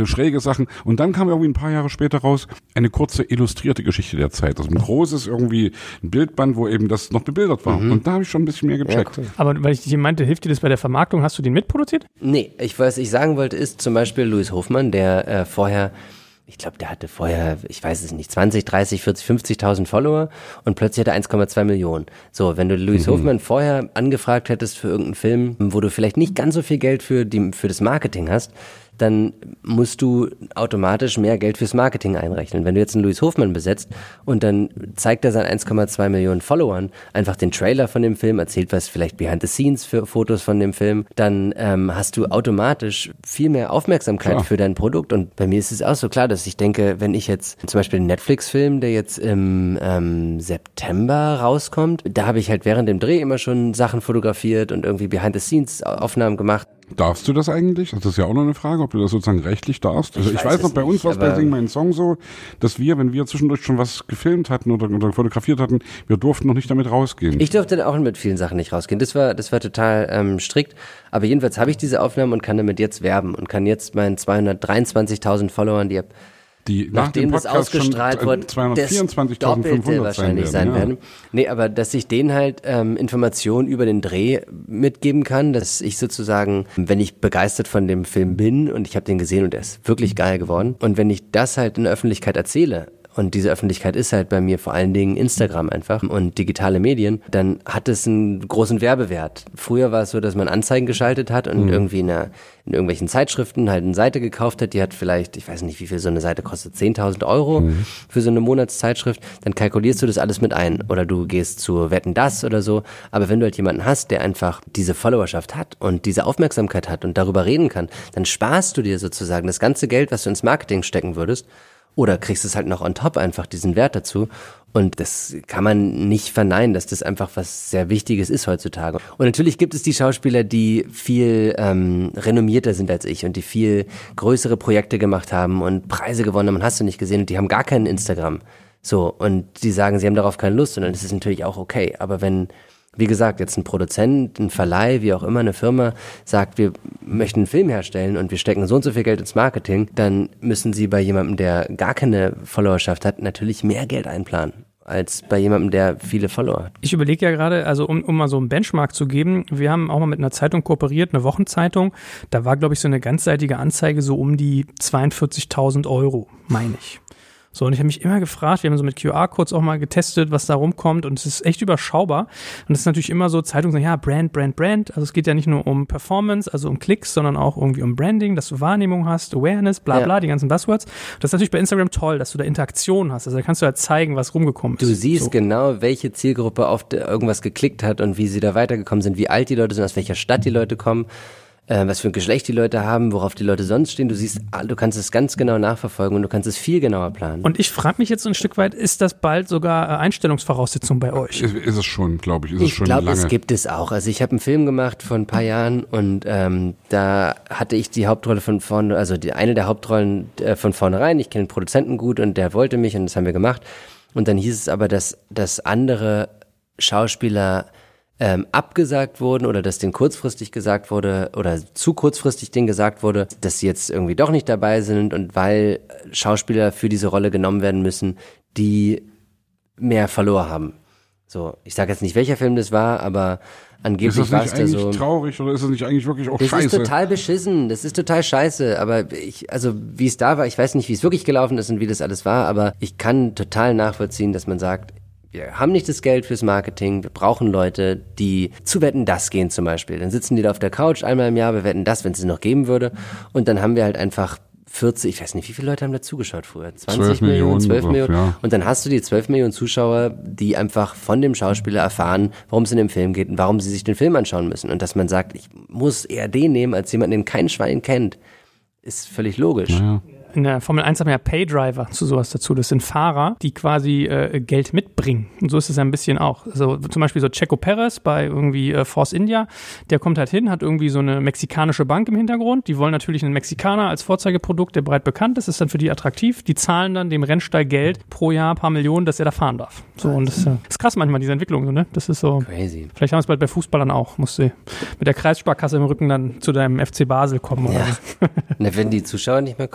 Sachen. Und dann kam irgendwie ein paar Jahre später raus eine kurze illustrierte Geschichte der Zeit. Also ein großes irgendwie ein Bildband, wo eben das noch bebildert war. Mhm. Und da habe ich schon ein bisschen mehr gecheckt. Ja, cool. Aber weil ich dich meinte, hilft dir das bei der Vermarktung? Hast du den mitproduziert? Nee, ich, was ich sagen wollte, ist zum Beispiel Louis Hofmann, der äh, vorher, ich glaube, der hatte vorher, ich weiß es nicht, zwanzig, dreißig, vierzig, fünfzigtausend Follower und plötzlich hat er eins Komma zwei Millionen. So, wenn du Louis mhm. Hofmann vorher angefragt hättest für irgendeinen Film, wo du vielleicht nicht ganz so viel Geld für, die, für das Marketing hast, dann musst du automatisch mehr Geld fürs Marketing einrechnen. Wenn du jetzt einen Louis Hofmann besetzt und dann zeigt er seinen eins Komma zwei Millionen Followern einfach den Trailer von dem Film, erzählt was vielleicht Behind the Scenes für Fotos von dem Film, dann ähm, hast du automatisch viel mehr Aufmerksamkeit klar. für dein Produkt. Und bei mir ist es auch so klar, dass ich denke, wenn ich jetzt zum Beispiel einen Netflix-Film, der jetzt im ähm, September rauskommt, da habe ich halt während dem Dreh immer schon Sachen fotografiert und irgendwie Behind the Scenes Aufnahmen gemacht. Darfst du das eigentlich? Das ist ja auch noch eine Frage, ob du das sozusagen rechtlich darfst. Also ich, ich weiß, weiß noch, bei uns war es bei Sing Mein Song so, dass wir, wenn wir zwischendurch schon was gefilmt hatten oder, oder fotografiert hatten, wir durften noch nicht damit rausgehen. Ich durfte dann auch mit vielen Sachen nicht rausgehen. Das war, das war total ähm, strikt. Aber jedenfalls habe ich diese Aufnahmen und kann damit jetzt werben und kann jetzt meinen zweihundertdreiundzwanzigtausend Followern, die die nachdem das ausgestrahlt wurde, das Doppelte wahrscheinlich sein werden. werden. Ja. Nee, aber dass ich denen halt ähm, Informationen über den Dreh mitgeben kann, dass ich sozusagen, wenn ich begeistert von dem Film bin und ich habe den gesehen und der ist wirklich geil geworden und wenn ich das halt in der Öffentlichkeit erzähle, und diese Öffentlichkeit ist halt bei mir vor allen Dingen Instagram einfach und digitale Medien, dann hat es einen großen Werbewert. Früher war es so, dass man Anzeigen geschaltet hat und mhm. irgendwie in, einer, in irgendwelchen Zeitschriften halt eine Seite gekauft hat, die hat vielleicht, ich weiß nicht, wie viel so eine Seite kostet, zehntausend Euro mhm. für so eine Monatszeitschrift, dann kalkulierst du das alles mit ein oder du gehst zu Wetten, das oder so, aber wenn du halt jemanden hast, der einfach diese Followerschaft hat und diese Aufmerksamkeit hat und darüber reden kann, dann sparst du dir sozusagen das ganze Geld, was du ins Marketing stecken würdest, oder kriegst es halt noch on top einfach diesen Wert dazu. Und das kann man nicht verneinen, dass das einfach was sehr Wichtiges ist heutzutage. Und natürlich gibt es die Schauspieler, die viel ähm, renommierter sind als ich und die viel größere Projekte gemacht haben und Preise gewonnen haben und hast du nicht gesehen und die haben gar keinen Instagram. So, und die sagen, sie haben darauf keine Lust und dann ist es natürlich auch okay. Aber wenn, wie gesagt, jetzt ein Produzent, ein Verleih, wie auch immer, eine Firma sagt, wir möchten einen Film herstellen und wir stecken so und so viel Geld ins Marketing, dann müssen sie bei jemandem, der gar keine Followerschaft hat, natürlich mehr Geld einplanen als bei jemandem, der viele Follower hat. Ich überlege ja gerade, also um, um mal so einen Benchmark zu geben, wir haben auch mal mit einer Zeitung kooperiert, eine Wochenzeitung, da war, glaube ich, so eine ganzseitige Anzeige so um die zweiundvierzigtausend Euro, meine ich. So, und ich habe mich immer gefragt, wir haben so mit Q R-Codes auch mal getestet, was da rumkommt und es ist echt überschaubar. Und es ist natürlich immer so, Zeitungen sagen, ja, Brand, Brand, Brand. Also es geht ja nicht nur um Performance, also um Klicks, sondern auch irgendwie um Branding, dass du Wahrnehmung hast, Awareness, bla bla, ja. die ganzen Buzzwords. Das ist natürlich bei Instagram toll, dass du da Interaktion hast. Also da kannst du ja zeigen, was rumgekommen ist. Du siehst so. genau, welche Zielgruppe auf irgendwas geklickt hat und wie sie da weitergekommen sind, wie alt die Leute sind, aus welcher Stadt die Leute kommen. Was für ein Geschlecht die Leute haben, worauf die Leute sonst stehen. Du siehst, du kannst es ganz genau nachverfolgen und du kannst es viel genauer planen. Und ich frage mich jetzt so ein Stück weit, ist das bald sogar Einstellungsvoraussetzung bei euch? Ist, ist es schon, glaube ich. Ist ich es schon glaube, lange. Es gibt es auch. Also ich habe einen Film gemacht vor ein paar Jahren und ähm, da hatte ich die Hauptrolle von vorne, also die eine der Hauptrollen äh, von vornherein. Ich kenne den Produzenten gut und der wollte mich und das haben wir gemacht. Und dann hieß es aber, dass, dass andere Schauspieler Ähm, abgesagt wurden oder dass denen kurzfristig gesagt wurde oder zu kurzfristig denen gesagt wurde, dass sie jetzt irgendwie doch nicht dabei sind und weil Schauspieler für diese Rolle genommen werden müssen, die mehr verloren haben. So, ich sage jetzt nicht, welcher Film das war, aber angeblich war es da so. Ist das nicht eigentlich traurig oder ist das nicht eigentlich wirklich auch das scheiße? Das ist total beschissen, das ist total scheiße, aber ich, also wie es da war, ich weiß nicht, wie es wirklich gelaufen ist und wie das alles war, aber ich kann total nachvollziehen, dass man sagt, wir haben nicht das Geld fürs Marketing, wir brauchen Leute, die zu Wetten, das gehen zum Beispiel. Dann sitzen die da auf der Couch einmal im Jahr, wir Wetten, das, wenn es noch geben würde. Und dann haben wir halt einfach vierzig, ich weiß nicht, wie viele Leute haben da zugeschaut früher? zwanzig Millionen, zwölf Millionen. Ja. Und dann hast du die zwölf Millionen Zuschauer, die einfach von dem Schauspieler erfahren, worum es in dem Film geht und warum sie sich den Film anschauen müssen. Und dass man sagt, ich muss eher den nehmen, als jemanden, den kein Schwein kennt, ist völlig logisch. Ja. In der Formel eins haben wir ja Paydriver zu sowas dazu. Das sind Fahrer, die quasi äh, Geld mitbringen. Und so ist es ja ein bisschen auch. Also zum Beispiel so Checo Perez bei irgendwie äh, Force India, der kommt halt hin, hat irgendwie so eine mexikanische Bank im Hintergrund. Die wollen natürlich einen Mexikaner als Vorzeigeprodukt, der breit bekannt ist. Das ist dann für die attraktiv. Die zahlen dann dem Rennstall Geld pro Jahr, ein paar Millionen, dass er da fahren darf. So, und das äh, ist krass manchmal, diese Entwicklung. So, ne? Das ist so. Crazy. Vielleicht haben wir es bald bei Fußballern auch. Musst du mit der Kreissparkasse im Rücken dann zu deinem F C Basel kommen. Oder ja. so. Na, wenn die Zuschauer nicht mehr kommen dürfen.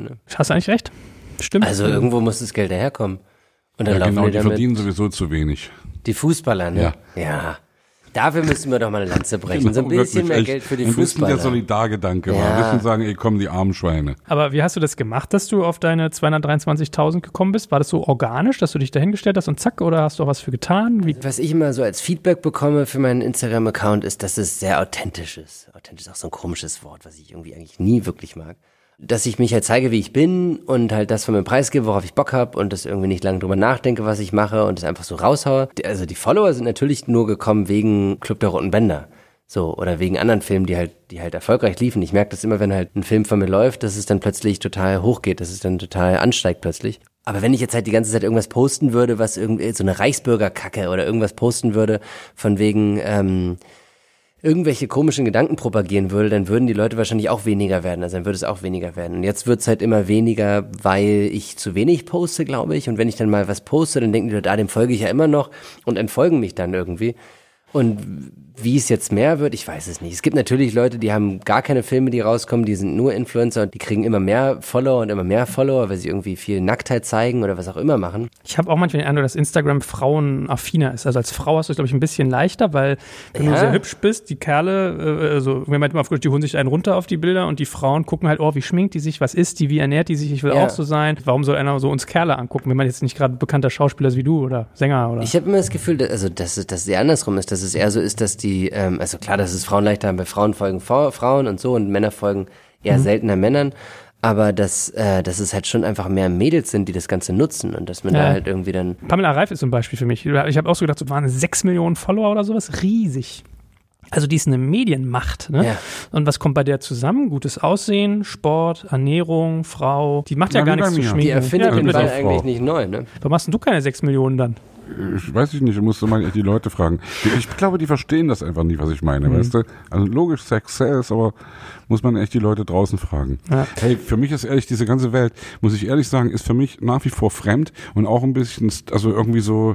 Ne? Hast du eigentlich recht? Stimmt. Also irgendwo muss das Geld daherkommen. Und dann Ja, laufen genau, die, die damit, verdienen sowieso zu wenig. die Fußballer, ne? Ja. Ja. Dafür müssen wir doch mal eine Lanze brechen. Genau, so ein bisschen wirklich, mehr echt Geld für die ein bisschen Fußballer. der Solidargedanke Ja. mal. Ein bisschen sagen, ey, komm, die armen Schweine. Aber wie hast du das gemacht, dass du auf deine zweihundertdreiundzwanzigtausend gekommen bist? War das so organisch, dass du dich dahingestellt hast und zack, oder hast du auch was für getan? Wie? Was ich immer so als Feedback bekomme für meinen Instagram-Account ist, dass es sehr authentisch ist. Authentisch ist auch so ein komisches Wort, was ich irgendwie eigentlich nie wirklich mag. Dass ich mich halt zeige, wie ich bin und halt das von mir preisgebe, worauf ich Bock habe und das irgendwie nicht lange drüber nachdenke, was ich mache und es einfach so raushaue. Also die Follower sind natürlich nur gekommen wegen Club der Roten Bänder. So, oder wegen anderen Filmen, die halt, die halt erfolgreich liefen. Ich merke das immer, wenn halt ein Film von mir läuft, dass es dann plötzlich total hochgeht, dass es dann total ansteigt plötzlich. Aber wenn ich jetzt halt die ganze Zeit irgendwas posten würde, was irgendwie so eine Reichsbürgerkacke oder irgendwas posten würde, von wegen, ähm, irgendwelche komischen Gedanken propagieren würde, dann würden die Leute wahrscheinlich auch weniger werden. Also dann würde es auch weniger werden. Und jetzt wird es halt immer weniger, weil ich zu wenig poste, glaube ich. Und wenn ich dann mal was poste, dann denken die Leute, ah, dem folge ich ja immer noch und entfolgen mich dann irgendwie. Und wie es jetzt mehr wird, ich weiß es nicht. Es gibt natürlich Leute, die haben gar keine Filme, die rauskommen, die sind nur Influencer und die kriegen immer mehr Follower und immer mehr Follower, weil sie irgendwie viel Nacktheit zeigen oder was auch immer machen. Ich habe auch manchmal den Eindruck, dass Instagram frauenaffiner ist. Also als Frau hast du es, glaube ich, ein bisschen leichter, weil wenn Ja. du sehr hübsch bist, die Kerle, äh, also wir meinen immer, die holen sich einen runter auf die Bilder und die Frauen gucken halt, oh, wie schminkt die sich, was isst die, wie ernährt die sich, ich will Ja. auch so sein. Warum soll einer so uns Kerle angucken, wenn man jetzt nicht gerade bekannter Schauspieler ist wie du oder Sänger oder... Ich habe immer das Gefühl, dass, also, dass, es- dass es eher andersrum ist, dass es eher so ist, dass die, ähm, also klar, dass es Frauen leichter haben, bei Frauen folgen Frau, Frauen und so und Männer folgen eher Mhm. seltener Männern, aber dass, äh, dass es halt schon einfach mehr Mädels sind, die das Ganze nutzen und dass man Ja. da halt irgendwie dann, Pamela Reif ist zum Beispiel für mich. Ich habe auch so gedacht, so waren sechs Millionen Follower oder sowas, riesig. Also die ist eine Medienmacht, ne? Ja. Und was kommt bei der zusammen? Gutes Aussehen, Sport, Ernährung, Frau. Die macht ja, Ja, gar wie bei nichts zu mir. schminken. die erfindet ja, den bitte. Ball Frau. eigentlich nicht neu, ne? Warum hast denn du keine sechs Millionen dann? Ich weiß ich nicht, ich musste mal die Leute fragen. Die- Ich glaube, die verstehen das einfach nicht, was ich meine, Mhm. weißt du? Also logisch, Sex sells, aber muss man echt die Leute draußen fragen. Ja. Hey, für mich ist ehrlich, diese ganze Welt, muss ich ehrlich sagen, ist für mich nach wie vor fremd und auch ein bisschen, also irgendwie so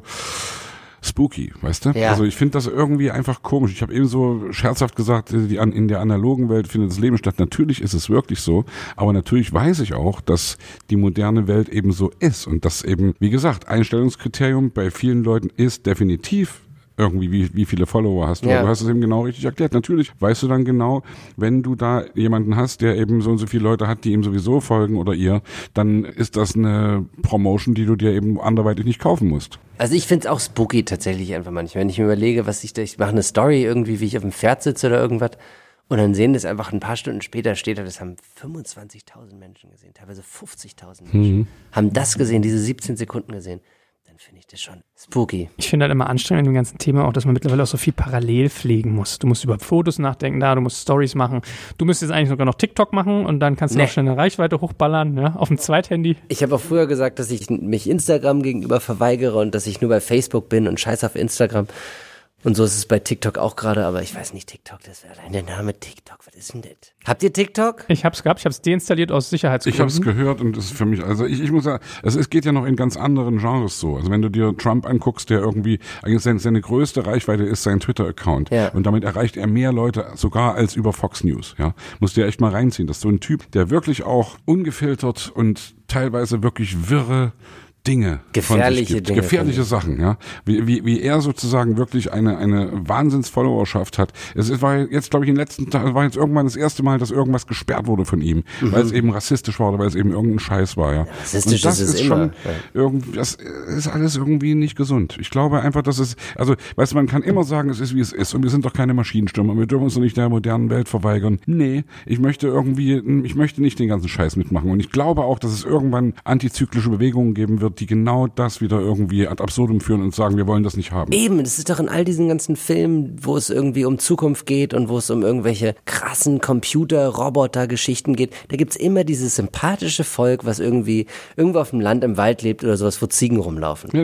spooky, weißt du? Ja. Also ich finde das irgendwie einfach komisch. Ich habe eben so scherzhaft gesagt, die an, in der analogen Welt findet das Leben statt. Natürlich ist es wirklich so, aber natürlich weiß ich auch, dass die moderne Welt eben so ist und dass eben, wie gesagt, Einstellungskriterium bei vielen Leuten ist definitiv irgendwie, wie, wie viele Follower hast du. Ja. Du hast es eben genau richtig erklärt. Natürlich weißt du dann genau, wenn du da jemanden hast, der eben so und so viele Leute hat, die ihm sowieso folgen oder ihr, dann ist das eine Promotion, die du dir eben anderweitig nicht kaufen musst. Also ich find's auch spooky tatsächlich einfach manchmal, wenn ich mir überlege, was ich da, ich mache eine Story irgendwie, wie ich auf dem Pferd sitze oder irgendwas und dann sehen das einfach ein paar Stunden später steht da, das haben fünfundzwanzigtausend Menschen gesehen, teilweise fünfzigtausend Menschen, Mhm. haben das gesehen, diese siebzehn Sekunden gesehen. Dann finde ich das schon spooky. Ich finde halt immer anstrengend an dem ganzen Thema auch, dass man mittlerweile auch so viel parallel pflegen muss. Du musst über Fotos nachdenken, da, du musst Stories machen. Du müsstest eigentlich sogar noch TikTok machen und dann kannst du Nee. noch schnell eine Reichweite hochballern, ne? Auf dem Zweithandy. Ich habe auch früher gesagt, dass ich mich Instagram gegenüber verweigere und dass ich nur bei Facebook bin und scheiß auf Instagram. Und so ist es bei TikTok auch gerade, aber ich weiß nicht, TikTok, das wäre allein der Name TikTok, was ist denn das? Habt ihr TikTok? Ich hab's gehabt, ich hab's deinstalliert aus Ich Sicherheitsgründen. habe es gehört und das ist für mich, also ich, ich muss sagen, es ist, geht ja noch in ganz anderen Genres so. Also wenn du dir Trump anguckst, der irgendwie, eigentlich seine, seine größte Reichweite ist sein Twitter-Account. Ja. Und damit erreicht er mehr Leute sogar als über Fox News. Ja, musst du dir echt mal reinziehen. Das ist so ein Typ, der wirklich auch ungefiltert und teilweise wirklich wirre Dinge Gefährliche von sich gibt. Dinge Gefährliche von Sachen, ja. Wie, wie, wie er sozusagen wirklich eine, eine Wahnsinns-Followerschaft hat. Es ist- war jetzt, glaube ich, in den letzten Tagen, war jetzt irgendwann das erste Mal, dass irgendwas gesperrt wurde von ihm, weil es eben rassistisch war oder weil es eben irgendein Scheiß war, ja. rassistisch Und das ist es ist immer, schon, ja. irgendwie, das ist alles irgendwie nicht gesund. Ich glaube einfach, dass es, also, weißt du, man kann immer sagen, es ist, wie es ist und wir sind doch keine Maschinenstürmer, wir dürfen uns doch nicht der modernen Welt verweigern. Nee, ich möchte irgendwie, ich möchte nicht den ganzen Scheiß mitmachen und ich glaube auch, dass es irgendwann antizyklische Bewegungen geben wird, die genau das wieder irgendwie ad absurdum führen und sagen, wir wollen das nicht haben. Eben, das ist doch in all diesen ganzen Filmen, wo es irgendwie um Zukunft geht und wo es um irgendwelche krassen Computer-Roboter-Geschichten geht. Da gibt's immer dieses sympathische Volk, was irgendwie irgendwo auf dem Land im Wald lebt oder sowas, wo Ziegen rumlaufen. Genau.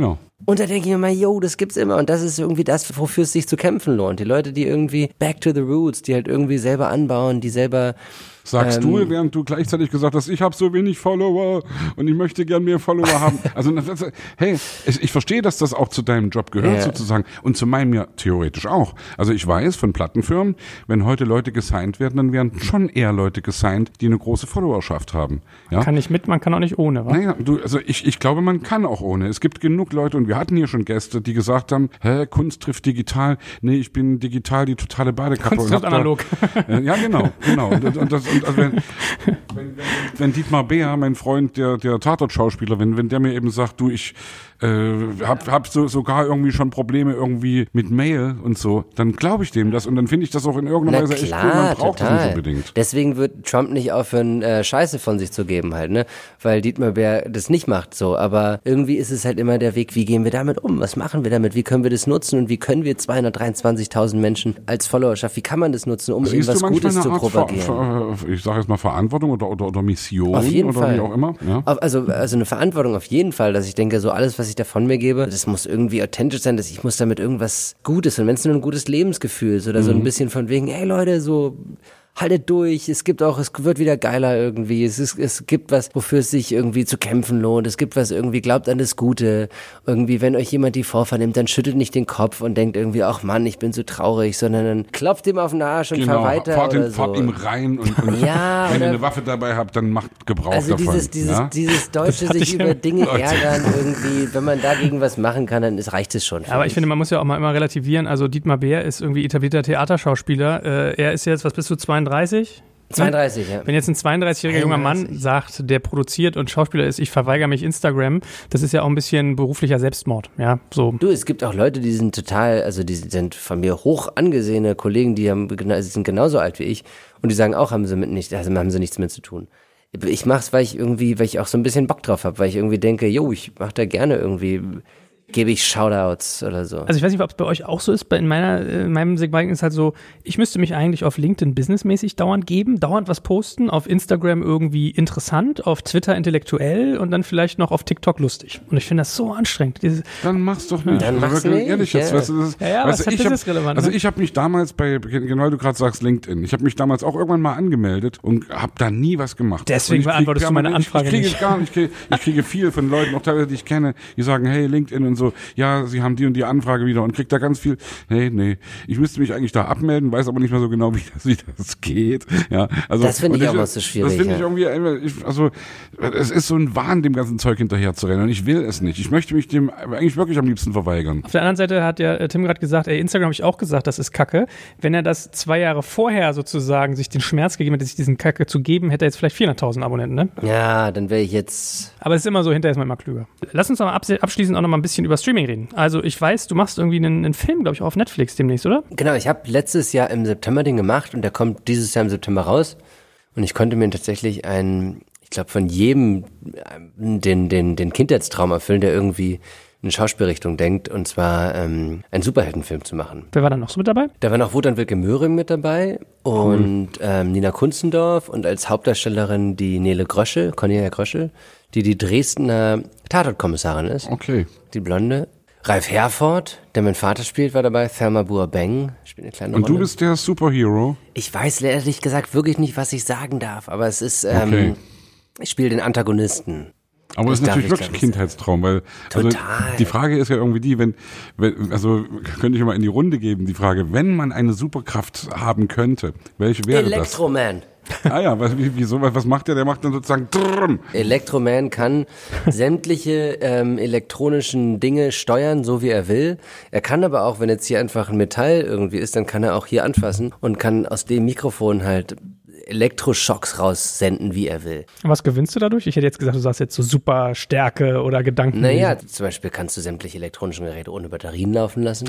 Und da denke ich mir mal, yo, das gibt's immer. Und das ist irgendwie das, wofür es sich zu kämpfen lohnt. Die Leute, die irgendwie back to the roots, die halt irgendwie selber anbauen, die selber... Sagst ähm, du, während du gleichzeitig gesagt hast, ich habe so wenig Follower und ich möchte gern mehr Follower haben. Also, hey, ich, ich verstehe, dass das auch zu deinem Job gehört, ja. sozusagen. Und zu meinem ja theoretisch auch. Also ich weiß von Plattenfirmen, wenn heute Leute gesigned werden, dann werden schon eher Leute gesigned, die eine große Followerschaft haben. Ja? Kann nicht mit, man kann auch nicht ohne, wa? Naja, du, also ich, ich glaube, man kann auch ohne. Es gibt genug Leute, und wir hatten hier schon Gäste, die gesagt haben, hä, Kunst trifft digital. Nee, ich bin digital die totale Badekappe. Kunst trifft analog. Da, ja, genau, genau. Und, und das, und also wenn, wenn, wenn, wenn Dietmar Beer, mein Freund, der, der Tatort-Schauspieler, wenn, wenn der mir eben sagt, du, ich äh, hab, hab so, sogar irgendwie schon Probleme irgendwie mit Mail und so, dann glaube ich dem das und dann finde ich das auch in irgendeiner Weise echt cool. Man braucht total. das nicht unbedingt. Deswegen wird Trump nicht aufhören, äh, Scheiße von sich zu geben halt, ne? Weil Dietmar Bär das nicht macht so. Aber irgendwie ist es halt immer der Weg, wie gehen wir damit um? Was machen wir damit? Wie können wir das nutzen? Und wie können wir zweihundertdreiundzwanzigtausend Menschen als Followerschaft, wie kann man das nutzen, um Siehst irgendwas Gutes zu propagieren? Ver, ver, ich sage jetzt mal Verantwortung oder, oder, oder Mission auf jeden oder Fall. wie auch immer. Ja. Also, also eine Verantwortung auf jeden Fall, dass ich denke, so alles, was ich da von mir gebe, das muss irgendwie authentisch sein, dass ich muss damit irgendwas Gutes, und wenn es nur ein gutes Lebensgefühl ist oder mhm. so ein bisschen von wegen, ey Leute, so haltet durch, es gibt auch, es wird wieder geiler irgendwie, es ist, es gibt was, wofür es sich irgendwie zu kämpfen lohnt, es gibt was irgendwie, glaubt an das Gute, irgendwie, wenn euch jemand die Vorfahrt nimmt, dann schüttelt nicht den Kopf und denkt irgendwie, ach Mann, ich bin so traurig, sondern dann klopft ihm auf den Arsch und genau, fahr weiter fahrt, oder ihn, so. fahrt ihm rein und, und ja, wenn oder, ihr eine Waffe dabei habt, dann macht Gebrauch also davon. dieses, dieses, ja? dieses deutsche sich über Dinge ärgern irgendwie, wenn man dagegen was machen kann, dann ist, reicht es schon. Aber ich finde, man muss ja auch mal immer relativieren, also Dietmar Bär ist irgendwie etablierter Theaterschauspieler, äh, er ist jetzt, was bist du, zweiunddreißig? zweiunddreißig, ja. Wenn jetzt ein zweiunddreißigjähriger junger Mann sagt, der produziert und Schauspieler ist, ich verweigere mich Instagram, das ist ja auch ein bisschen beruflicher Selbstmord, ja, so. Du, es gibt auch Leute, die sind total, also die sind von mir hoch angesehene Kollegen, die haben, die sind genauso alt wie ich und die sagen auch, haben sie mit nicht, also haben sie nichts mit zu tun. Ich mach's, weil ich irgendwie, weil ich auch so ein bisschen Bock drauf habe, weil ich irgendwie denke, jo, ich mach da gerne irgendwie, gebe ich Shoutouts oder so. Also ich weiß nicht, ob es bei euch auch so ist, bei in meiner, in meinem Segment ist halt so, ich müsste mich eigentlich auf LinkedIn businessmäßig dauernd geben, dauernd was posten, auf Instagram irgendwie interessant, auf Twitter intellektuell und dann vielleicht noch auf TikTok lustig. Und ich finde das so anstrengend. Dieses, dann mach's doch nicht. Dann mach's also, nicht, ehrlich ja. jetzt, weißt du, das, ja, ja, weißt was du, hat ich hab, businessrelevant, also ne? ich habe mich damals bei, genau, du gerade sagst LinkedIn, ich habe mich damals auch irgendwann mal angemeldet und habe da nie was gemacht. Deswegen beantwortest du meine Anfrage ich kriege nicht. Gar nicht. Ich kriege, ich kriege viel von Leuten, auch teilweise, die ich kenne, die sagen, hey, LinkedIn und so, ja, sie haben die und die Anfrage wieder und kriegt da ganz viel. Nee, nee, ich müsste mich eigentlich da abmelden, weiß aber nicht mehr so genau, wie das, wie das geht. Ja, also, das finde ich ich auch mal so schwierig. Das finde ich ja. irgendwie, ich, also es ist so ein Wahn, dem ganzen Zeug hinterher zu rennen und ich will es nicht. Ich möchte mich dem eigentlich wirklich am liebsten verweigern. Auf der anderen Seite hat ja Tim gerade gesagt, ey, Instagram habe ich auch gesagt, das ist Kacke. Wenn er das zwei Jahre vorher sozusagen sich den Schmerz gegeben hätte, sich diesen Kacke zu geben, hätte er jetzt vielleicht vierhunderttausend Abonnenten, ne? Ja, dann wäre ich jetzt... Aber es ist immer so, hinterher ist man immer klüger. Lass uns doch mal abschließend auch noch mal ein bisschen über Streaming reden. Also ich weiß, du machst irgendwie einen, einen Film, glaube ich, auch auf Netflix demnächst, oder? Genau, ich habe letztes Jahr im September den gemacht und der kommt dieses Jahr im September raus. Und ich konnte mir tatsächlich einen, ich glaube, von jedem den, den, den Kindheitstraum erfüllen, der irgendwie in eine Schauspielrichtung denkt, und zwar ähm, einen Superheldenfilm zu machen. Wer war da noch so mit dabei? Da war noch Wotan Wilke Möhring mit dabei und cool. ähm, Nina Kunzendorf und als Hauptdarstellerin die Nele Gröschel, Cornelia Gröschel, die die Dresdner Tatortkommissarin ist. Okay. Die Blonde. Ralf Herford, der mein Vater spielt, war dabei. Thelma Boabeng spielt eine kleine Und Rolle. du bist der Superhero? Ich weiß ehrlich gesagt wirklich nicht, was ich sagen darf, aber es ist, ähm, okay. ich spiele den Antagonisten. Aber es ist natürlich wirklich ein Kindheitstraum, weil also Total. Die Frage ist ja irgendwie die, wenn, wenn also könnte ich mal in die Runde geben, die Frage, wenn man eine Superkraft haben könnte, welche wäre Electroman. das? Ah ja, was, wieso, was macht der? Der macht dann sozusagen drrrm. Electroman kann sämtliche ähm, elektronischen Dinge steuern, so wie er will. Er kann aber auch, wenn jetzt hier einfach ein Metall irgendwie ist, dann kann er auch hier anfassen und kann aus dem Mikrofon halt Elektroschocks raussenden, wie er will. Was gewinnst du dadurch? Ich hätte jetzt gesagt, du sagst jetzt so super Stärke oder Gedanken. Naja, zum Beispiel kannst du sämtliche elektronischen Geräte ohne Batterien laufen lassen.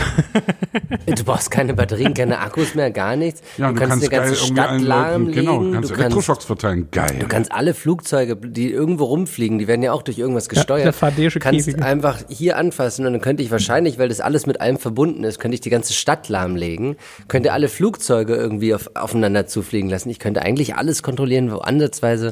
Du brauchst keine Batterien, keine Akkus mehr, gar nichts. Ja, du, du kannst, kannst eine ganze Stadt lahmlegen. Genau, du kannst du Elektroschocks verteilen. Geil. Du kannst alle Flugzeuge, die irgendwo rumfliegen, die werden ja auch durch irgendwas gesteuert. Ja, fadesche kannst Käfige. einfach hier anfassen und dann könnte ich wahrscheinlich, weil das alles mit allem verbunden ist, könnte ich die ganze Stadt lahmlegen, könnte alle Flugzeuge irgendwie auf, aufeinander zufliegen lassen. Ich könnte eigentlich alles kontrollieren, wo ansatzweise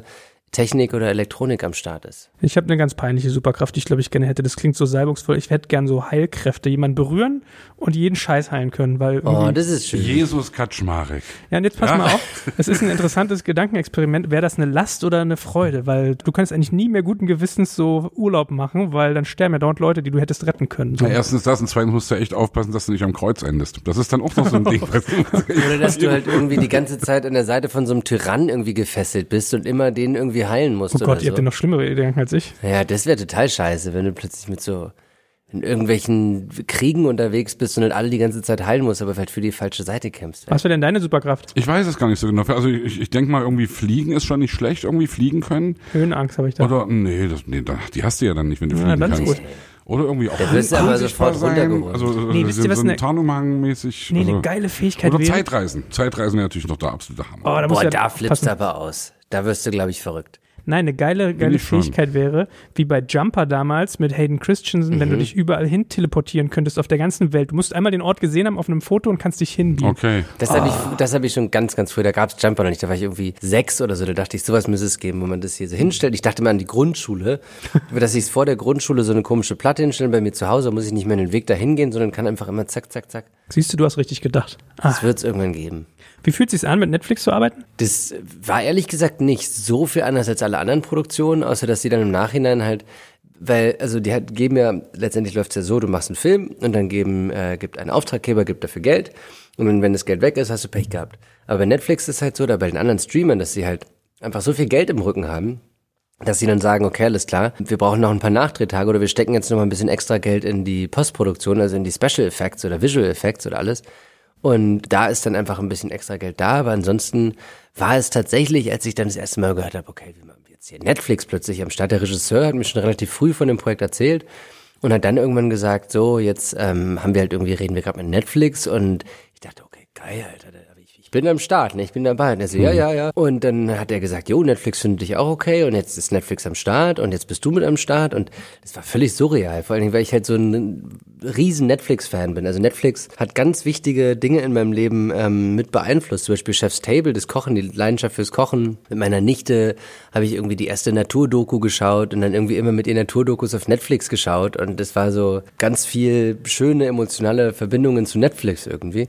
Technik oder Elektronik am Start ist. Ich habe eine ganz peinliche Superkraft, die ich glaube ich gerne hätte. Das klingt so salbungsvoll. Ich hätte gern so Heilkräfte, jemanden berühren und jeden Scheiß heilen können. Weil oh, das ist schön. Jesus Kaczmarek. Ja, und jetzt pass ja. mal auf. Es ist ein interessantes Gedankenexperiment. Wäre das eine Last oder eine Freude? Weil du kannst eigentlich nie mehr guten Gewissens so Urlaub machen, weil dann sterben ja dauernd Leute, die du hättest retten können. So. Na, erstens das und zweitens musst du echt aufpassen, dass du nicht am Kreuz endest. Das ist dann auch noch so ein Ding. Oder dass du halt irgendwie die ganze Zeit an der Seite von so einem Tyrann irgendwie gefesselt bist und immer den irgendwie heilen musst. Oh Gott, oder ihr so. habt ja noch schlimmere Gedanken als ich. Ja, das wäre total scheiße, wenn du plötzlich mit so in irgendwelchen Kriegen unterwegs bist und dann alle die ganze Zeit heilen musst, aber vielleicht für die falsche Seite kämpfst. Was wäre denn deine Superkraft? Ich weiß es gar nicht so genau. Also ich, ich denke mal, irgendwie fliegen ist schon nicht schlecht, irgendwie fliegen können. Höhenangst habe ich da. Oder, nee, das, nee, die hast du ja dann nicht, wenn du Ja, fliegen dann ist kannst. gut. Oder irgendwie auch Da wirst du aber unsichtbar sofort runtergeholt. Also Nee, wisst ihr, was so eine- ein Tarnumhang-mäßig. Nee, also, eine geile Fähigkeit Oder wäre. Zeitreisen. Zeitreisen wäre natürlich noch der absolute Hammer. Oh, da musst Boah, du ja da flippst passen. du aber aus. Da wirst du, glaube ich, verrückt. Nein, eine geile, geile ich schon. Fähigkeit wäre, wie bei Jumper damals mit Hayden Christensen, Mhm. wenn du dich überall hin teleportieren könntest auf der ganzen Welt. Du musst einmal den Ort gesehen haben auf einem Foto und kannst dich hinbeamen. Okay. Das habe ich, das hab ich schon ganz, ganz früh. Da gab es Jumper noch nicht. Da war ich irgendwie sechs oder so. Da dachte ich, sowas müsste es geben, wo man das hier so hinstellt. Ich dachte mal an die Grundschule, dass ich vor der Grundschule so eine komische Platte hinstelle bei mir zu Hause. Da muss ich nicht mehr den Weg dahin gehen, sondern kann einfach immer zack, zack, zack. Siehst du, du hast richtig gedacht. Ah. Das wird es irgendwann geben. Wie fühlt es sich an, mit Netflix zu arbeiten? Das war ehrlich gesagt nicht so viel anders als alle anderen Produktionen, außer dass sie dann im Nachhinein halt, weil, also die halt geben ja, letztendlich läuft's ja so, du machst einen Film und dann geben, äh, gibt ein Auftraggeber, gibt dafür Geld und dann, wenn das Geld weg ist, hast du Pech gehabt. Aber bei Netflix ist halt so, oder bei den anderen Streamern, dass sie halt einfach so viel Geld im Rücken haben, dass sie dann sagen, okay, alles klar, wir brauchen noch ein paar Nachdrehtage oder wir stecken jetzt noch mal ein bisschen extra Geld in die Postproduktion, also in die Special Effects oder Visual Effects oder alles. Und da ist dann einfach ein bisschen extra Geld da, aber ansonsten war es tatsächlich, als ich dann das erste Mal gehört habe, okay, wie machen wir jetzt hier Netflix plötzlich am Start. Der Regisseur hat mir schon relativ früh von dem Projekt erzählt und hat dann irgendwann gesagt, so, jetzt ähm, haben wir halt irgendwie, reden wir gerade mit Netflix und ich dachte, okay, geil, Alter, ich, ich bin am Start, ne? Ich bin dabei. Und er so, ja, ja, ja. Und dann hat er gesagt, jo, Netflix findet dich auch okay und jetzt ist Netflix am Start und jetzt bist du mit am Start und das war völlig surreal, vor allen Dingen, weil ich halt so ein riesen Netflix-Fan bin. Also Netflix hat ganz wichtige Dinge in meinem Leben ähm, mit beeinflusst. Zum Beispiel Chef's Table, das Kochen, die Leidenschaft fürs Kochen. Mit meiner Nichte habe ich irgendwie die erste Naturdoku geschaut und dann irgendwie immer mit ihr Naturdokus auf Netflix geschaut und das war so ganz viel schöne emotionale Verbindungen zu Netflix irgendwie.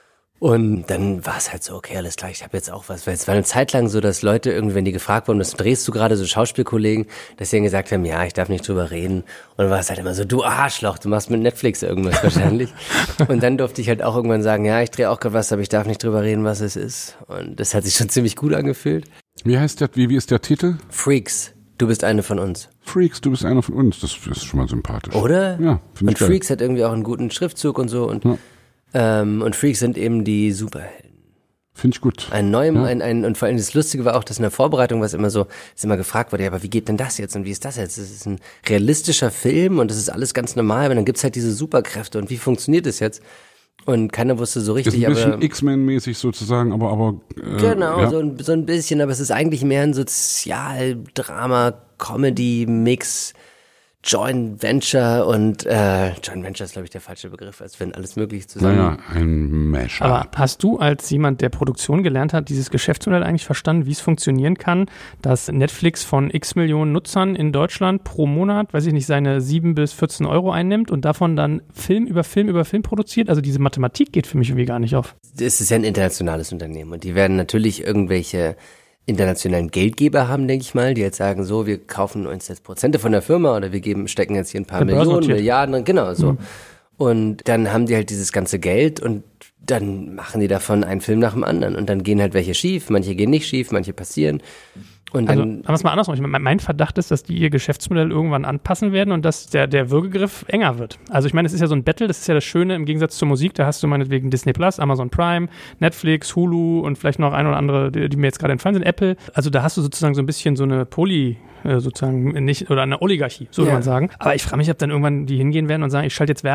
Und dann war es halt so, okay, alles klar, ich habe jetzt auch was. Weil es war eine Zeit lang so, dass Leute irgendwie, wenn die gefragt wurden, was drehst du gerade, so Schauspielkollegen, dass sie dann gesagt haben, ja, ich darf nicht drüber reden. Und dann war es halt immer so, du Arschloch, du machst mit Netflix irgendwas wahrscheinlich. Und dann durfte ich halt auch irgendwann sagen, ja, ich drehe auch gerade was, aber ich darf nicht drüber reden, was es ist. Und das hat sich schon ziemlich gut angefühlt. Wie heißt der, wie, wie ist der Titel? Freaks, du bist eine von uns. Freaks, du bist einer von uns. Das ist schon mal sympathisch. Oder? Ja, finde Und ich geil. Freaks hat irgendwie auch einen guten Schriftzug und so. Und, Ja. ähm, und Freaks sind eben die Superhelden. Finde ich gut. Ein neuem, Ja. ein, ein, und vor allem das Lustige war auch, dass in der Vorbereitung, was immer so, ist immer gefragt wurde, ja, aber wie geht denn das jetzt und wie ist das jetzt? Das ist ein realistischer Film und das ist alles ganz normal, aber dann gibt's halt diese Superkräfte und wie funktioniert das jetzt? Und keiner wusste so Ist richtig, ein bisschen aber X-Men-mäßig sozusagen, aber, aber, äh, genau, ja. so, ein, so ein bisschen, aber es ist eigentlich mehr ein Sozialdrama, Comedy-Mix, Joint Venture und äh, Joint Venture ist, glaube ich, der falsche Begriff, als wenn alles Mögliche zusammen. Naja, ein Mashup. Aber hast du als jemand, der Produktion gelernt hat, dieses Geschäftsmodell eigentlich verstanden, wie es funktionieren kann, dass Netflix von x Millionen Nutzern in Deutschland pro Monat, weiß ich nicht, seine sieben bis vierzehn Euro einnimmt und davon dann Film über Film über Film produziert? Also diese Mathematik geht für mich irgendwie gar nicht auf. Es ist ja ein internationales Unternehmen und die werden natürlich irgendwelche internationalen Geldgeber haben, denke ich mal, die jetzt sagen, so, wir kaufen uns jetzt Prozente von der Firma oder wir geben, stecken jetzt hier ein paar Der Millionen, börsennotiert. Milliarden, genau so. Mhm. Und dann haben die halt dieses ganze Geld und dann machen die davon einen Film nach dem anderen und dann gehen halt welche schief, manche gehen nicht schief, manche passieren. Und Also, dann, sagen wir es mal andersrum. Ich mein, mein Verdacht ist, dass die ihr Geschäftsmodell irgendwann anpassen werden und dass der, der Würgegriff enger wird. Also ich meine, es ist ja so ein Battle, das ist ja das Schöne im Gegensatz zur Musik. Da hast du meinetwegen Disney Plus, Amazon Prime, Netflix, Hulu und vielleicht noch ein oder andere, die, die mir jetzt gerade entfallen sind, Apple. Also da hast du sozusagen so ein bisschen so eine Poly, äh, sozusagen nicht, oder eine Oligarchie, so Ja. kann man sagen. Aber ich frage mich, ob dann irgendwann die hingehen werden und sagen, ich schalte jetzt Werbung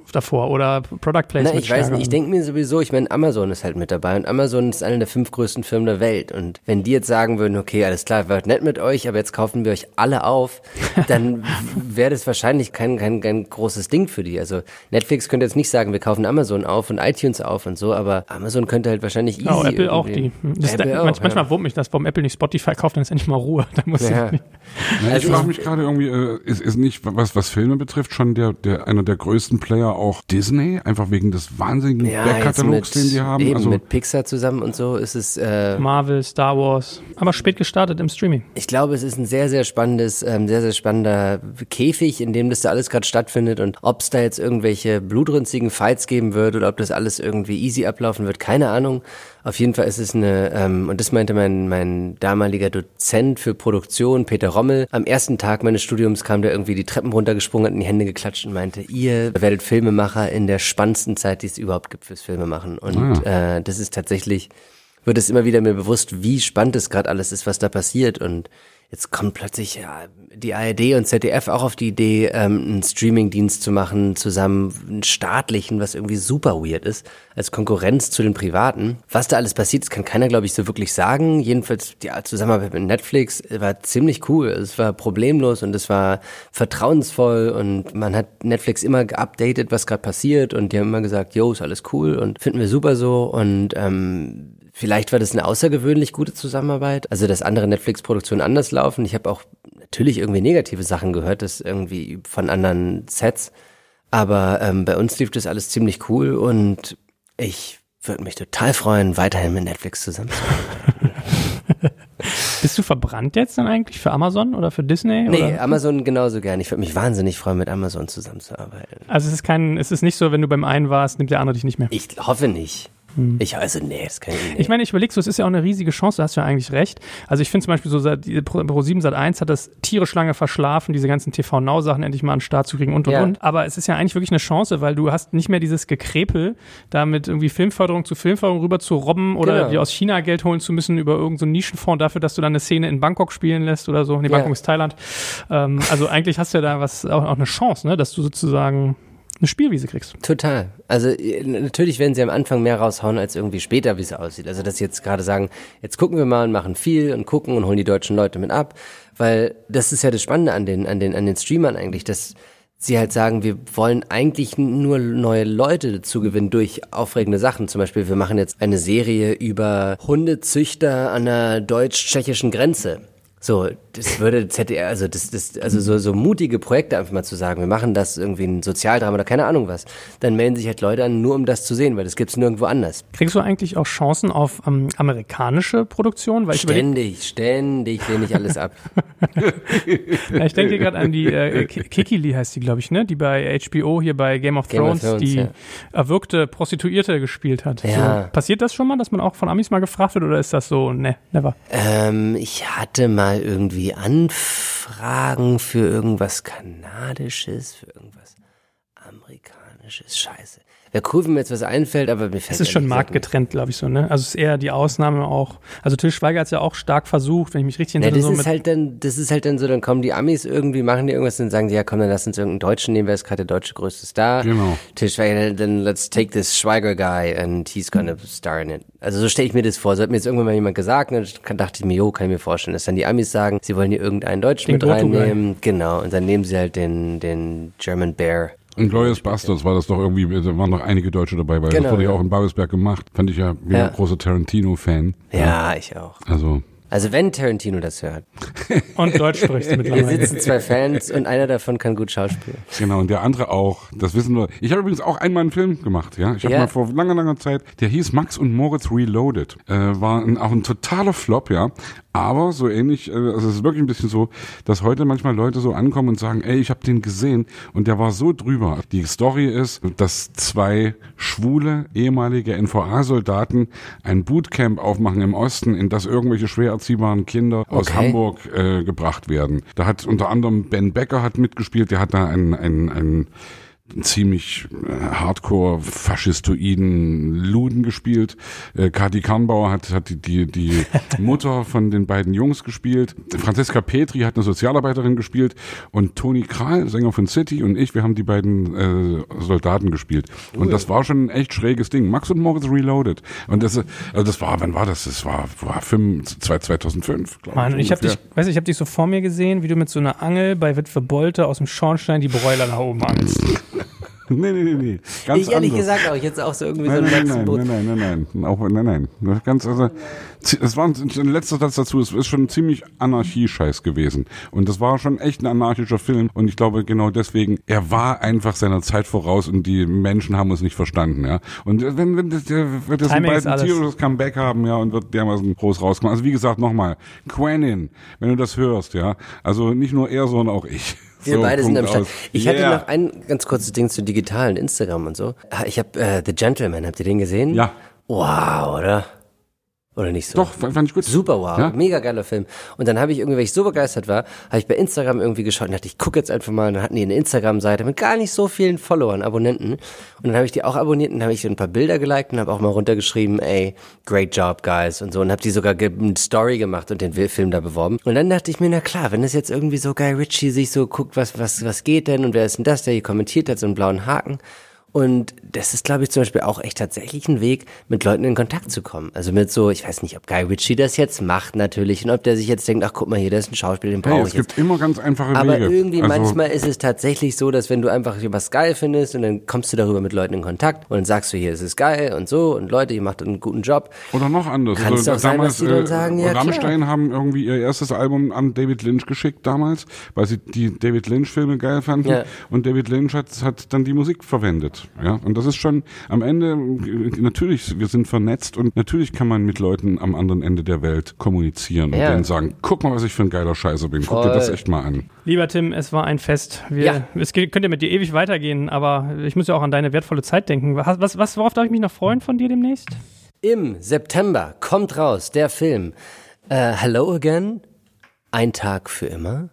davor oder Product Placement. Na, ich weiß nicht, ich denke mir sowieso, ich meine, Amazon ist halt mit dabei und Amazon ist eine der fünf größten Firmen der Welt und wenn die jetzt sagen würden, okay, alles klar, wird nett mit euch, aber jetzt kaufen wir euch alle auf, dann wäre das wahrscheinlich kein, kein, kein großes Ding für die. Also Netflix könnte jetzt nicht sagen, wir kaufen Amazon auf und iTunes auf und so, aber Amazon könnte halt wahrscheinlich easy. Oh, Apple auch die. Das Apple da, auch, manchmal ja. wurmt mich das, warum Apple nicht Spotify kauft, dann ist endlich mal Ruhe. Da muss Ja. ich nicht. Ja, ich Also frage ich- mich gerade irgendwie, äh, ist, ist nicht, was, was Filme betrifft, schon der, der, einer der größten Player auch Disney, einfach wegen des wahnsinnigen Ja, Backkatalogs, jetzt mit, den die haben. eben Also, mit Pixar zusammen und so ist es, äh, Marvel, Star Wars, aber spät gestartet im Streaming. ich glaube, es ist ein sehr, sehr spannendes, ähm, sehr, sehr spannender Käfig, in dem das da alles gerade stattfindet und ob es da jetzt irgendwelche blutrünstigen Fights geben wird oder ob das alles irgendwie easy ablaufen wird, keine Ahnung. Auf jeden Fall ist es eine, ähm, und das meinte mein, mein damaliger Dozent für Produktion, Peter Rommel, am ersten Tag meines Studiums kam der irgendwie die Treppen runtergesprungen, hat in die Hände geklatscht und meinte, ihr werdet Filmemacher in der spannendsten Zeit, die es überhaupt gibt fürs Filmemachen. Und äh, das ist tatsächlich, wird es immer wieder mir bewusst, wie spannend es gerade alles ist, was da passiert. Und jetzt kommt plötzlich ja, die A R D und Z D F auch auf die Idee, ähm, einen Streamingdienst zu machen, zusammen einen staatlichen, was irgendwie super weird ist, als Konkurrenz zu den privaten. Was da alles passiert, das kann keiner, glaube ich, so wirklich sagen. Jedenfalls die Zusammenarbeit mit Netflix war ziemlich cool. Es war problemlos und es war vertrauensvoll und man hat Netflix immer geupdatet, was gerade passiert und die haben immer gesagt, yo, ist alles cool und finden wir super so und ähm, vielleicht war das eine außergewöhnlich gute Zusammenarbeit, also dass andere Netflix-Produktionen anders laufen. Ich habe auch natürlich irgendwie negative Sachen gehört, das irgendwie von anderen Sets, aber ähm, bei uns lief das alles ziemlich cool und ich würde mich total freuen, weiterhin mit Netflix zusammenzuarbeiten. Bist du verbrannt jetzt dann eigentlich für Amazon oder für Disney? Nee, oder? Amazon genauso gern. Ich würde mich wahnsinnig freuen, mit Amazon zusammenzuarbeiten. Also es ist kein, es ist nicht so, wenn du beim einen warst, nimmt der andere dich nicht mehr. Ich hoffe nicht. Ich, also nee, das kann ich nicht. Ich meine, ich überlege so, es ist ja auch eine riesige Chance, da hast du ja eigentlich recht. Also ich finde zum Beispiel so, Pro sieben Sat eins hat das tierisch lange verschlafen, diese ganzen T V-Now-Sachen endlich mal an den Start zu kriegen und und Ja. und. Aber es ist ja eigentlich wirklich eine Chance, weil du hast nicht mehr dieses Gekrepel, da mit irgendwie Filmförderung zu Filmförderung rüber zu robben oder Genau. dir aus China Geld holen zu müssen über irgendeinen so einen Nischenfonds dafür, dass du dann eine Szene in Bangkok spielen lässt oder so. Nee, Ja. Bangkok ist Thailand. Ähm, also eigentlich hast du ja da was, auch, auch eine Chance, ne, dass du sozusagen eine Spielwiese kriegst. Total. Also äh, natürlich werden sie am Anfang mehr raushauen als irgendwie später, wie es aussieht. Also dass sie jetzt gerade sagen, jetzt gucken wir mal und machen viel und gucken und holen die deutschen Leute mit ab, weil das ist ja das Spannende an den an den an den Streamern eigentlich, dass sie halt sagen, wir wollen eigentlich nur neue Leute dazu gewinnen durch aufregende Sachen. Zum Beispiel, wir machen jetzt eine Serie über Hundezüchter an der deutsch-tschechischen Grenze. So, das würde Z D F, also das, das, also so, so mutige Projekte einfach mal zu sagen, wir machen das irgendwie ein Sozialdrama oder keine Ahnung was, dann melden sich halt Leute an, nur um das zu sehen, weil das gibt's nirgendwo anders. Kriegst du eigentlich auch Chancen auf ähm, amerikanische Produktion? Weil ich überleg- Ständig, ständig lehne ich alles ab. Ja, ich denke gerade an die äh, K- Kiki heißt die, glaube ich, ne? Die bei H B O hier bei Game of Game of Thrones, Thrones, die ja. erwürgte Prostituierte gespielt hat. Ja. So, passiert das schon mal, dass man auch von Amis mal gefragt wird oder ist das so, ne, never? Ähm, ich hatte mal irgendwie Anfragen für irgendwas Kanadisches, für irgendwas Amerikanisches, scheiße. Wäre cool, wenn mir jetzt was einfällt, aber mir fällt Es ist schon ehrlich gesagt marktgetrennt, glaube ich, so, ne? Also es ist eher die Ausnahme auch. Also Til Schweiger hat es ja auch stark versucht, wenn ich mich richtig Ja, entsinne. das so ist mit, halt dann, das ist halt dann so, dann kommen die Amis irgendwie, machen die irgendwas und sagen die, ja komm, dann lass uns irgendeinen Deutschen nehmen, wer ist gerade der deutsche größte Star. Genau. Til Schweiger, dann let's take this Schweiger guy and he's gonna star in it. Also so stelle ich mir das vor. So hat mir jetzt irgendwann mal jemand gesagt und dann dachte ich mir, jo, kann ich mir vorstellen, dass dann die Amis sagen, sie wollen hier irgendeinen Deutschen Den mit Go-To-Guy. reinnehmen. Genau, und dann nehmen sie halt den, den German Bear. in Glorious Bastards war das doch irgendwie, da waren noch einige Deutsche dabei, weil Genau, das wurde ja ja. auch in Babelsberg gemacht. Fand ich ja, wie Ja. ein großer Tarantino-Fan. Ja, ich auch. Also, Also wenn Tarantino das hört. und Deutsch sprichst du Hier mittlerweile. sitzen zwei Fans und einer davon kann gut schauspielen. genau, und der andere auch, das wissen wir. Ich habe übrigens auch einmal einen Film gemacht, ja. Ich habe Ja. mal vor langer, langer Zeit, der hieß Max und Moritz Reloaded. Äh, war ein, auch ein totaler Flop, ja. Aber so ähnlich, äh, also es ist wirklich ein bisschen so, dass heute manchmal Leute so ankommen und sagen, ey, ich habe den gesehen und der war so drüber. Die Story ist, dass zwei schwule ehemalige N V A-Soldaten ein Bootcamp aufmachen im Osten, in das irgendwelche schwer erziehbaren Kinder aus Okay. Hamburg äh, gebracht werden. Da hat unter anderem Ben Becker hat mitgespielt, der hat da einen, einen, einen ziemlich äh, hardcore faschistoiden Luden gespielt. Äh, Kati Karnbauer hat, hat die, die, die Mutter von den beiden Jungs gespielt. Franziska Petri hat eine Sozialarbeiterin gespielt und Toni Krahl, Sänger von City, und ich, wir haben die beiden äh, Soldaten gespielt. Cool. Und das war schon ein echt schräges Ding. Max und Moritz Reloaded. Und das, also das war, wann war das? Das war, war fünf, zweitausendfünf, glaube ich. Mann, und ich habe dich, weiß ich, habe dich so vor mir gesehen, wie du mit so einer Angel bei Witwe Bolte aus dem Schornstein die Broiler nach oben angelst. Nee, nee, nee, nee. Ganz ich ehrlich anders. gesagt auch, jetzt auch so irgendwie nein, so ein nein, nein, nein, nein, nein, nein, auch, nein, nein. Ganz, also, es war ein letzter Satz dazu, es ist schon ziemlich Anarchie-Scheiß gewesen. Und das war schon echt ein anarchischer Film. Und ich glaube, genau deswegen, er war einfach seiner Zeit voraus und die Menschen haben es nicht verstanden, ja. Und wenn, wenn, das, wird das ein beiden tierisches Comeback haben, ja, und wird dermaßen groß rauskommen. Also wie gesagt, nochmal, Quenin, wenn du das hörst, ja. Also nicht nur er, sondern auch ich. Wir so, beide sind am Start. Ich yeah. hatte noch ein ganz kurzes Ding zu digitalen Instagram und so. Ich habe äh, The Gentleman, habt ihr den gesehen? Ja. Wow, oder? Oder nicht so? Doch, fand ich gut. Super wow, ja? Mega geiler Film. Und dann habe ich irgendwie, weil ich so begeistert war, habe ich bei Instagram irgendwie geschaut und dachte, ich gucke jetzt einfach mal. Und dann hatten die eine Instagram-Seite mit gar nicht so vielen Followern, Abonnenten. Und dann habe ich die auch abonniert und habe ich ein paar Bilder geliked und habe auch mal runtergeschrieben, ey, great job, guys und so. Und habe die sogar eine Story gemacht und den Film da beworben. Und dann dachte ich mir, na klar, wenn das jetzt irgendwie so Guy Ritchie sich so guckt, was, was, was geht denn und wer ist denn das, der hier kommentiert hat, so einen blauen Haken. Und das ist, glaube ich, zum Beispiel auch echt tatsächlich ein Weg, mit Leuten in Kontakt zu kommen. Also mit so, ich weiß nicht, ob Guy Ritchie das jetzt macht natürlich und ob der sich jetzt denkt, ach guck mal hier, das ist ein Schauspieler, den brauche hey, ich es jetzt. Es gibt immer ganz einfache Aber Wege. Aber irgendwie also manchmal ist es tatsächlich so, dass wenn du einfach was geil findest und dann kommst du darüber mit Leuten in Kontakt und dann sagst du hier, es ist geil und so und Leute, ihr macht einen guten Job. Oder noch anders. Kann es also, auch sein, damals, dass die dann sagen, ja Rammstein klar. haben irgendwie ihr erstes Album an David Lynch geschickt damals, weil sie die David Lynch-Filme geil fanden. Ja. Und David Lynch hat, hat dann die Musik verwendet. Ja, und das ist schon am Ende, natürlich, wir sind vernetzt und natürlich kann man mit Leuten am anderen Ende der Welt kommunizieren und ja. denen sagen, guck mal, was ich für ein geiler Scheißer bin. Guck Voll. dir das echt mal an. Lieber Tim, es war ein Fest. Wir, ja. Es könnte ja mit dir ewig weitergehen, aber ich muss ja auch an deine wertvolle Zeit denken. Was, was, was, worauf darf ich mich noch freuen von dir demnächst? Im September kommt raus der Film äh, Hello Again, ein Tag für immer.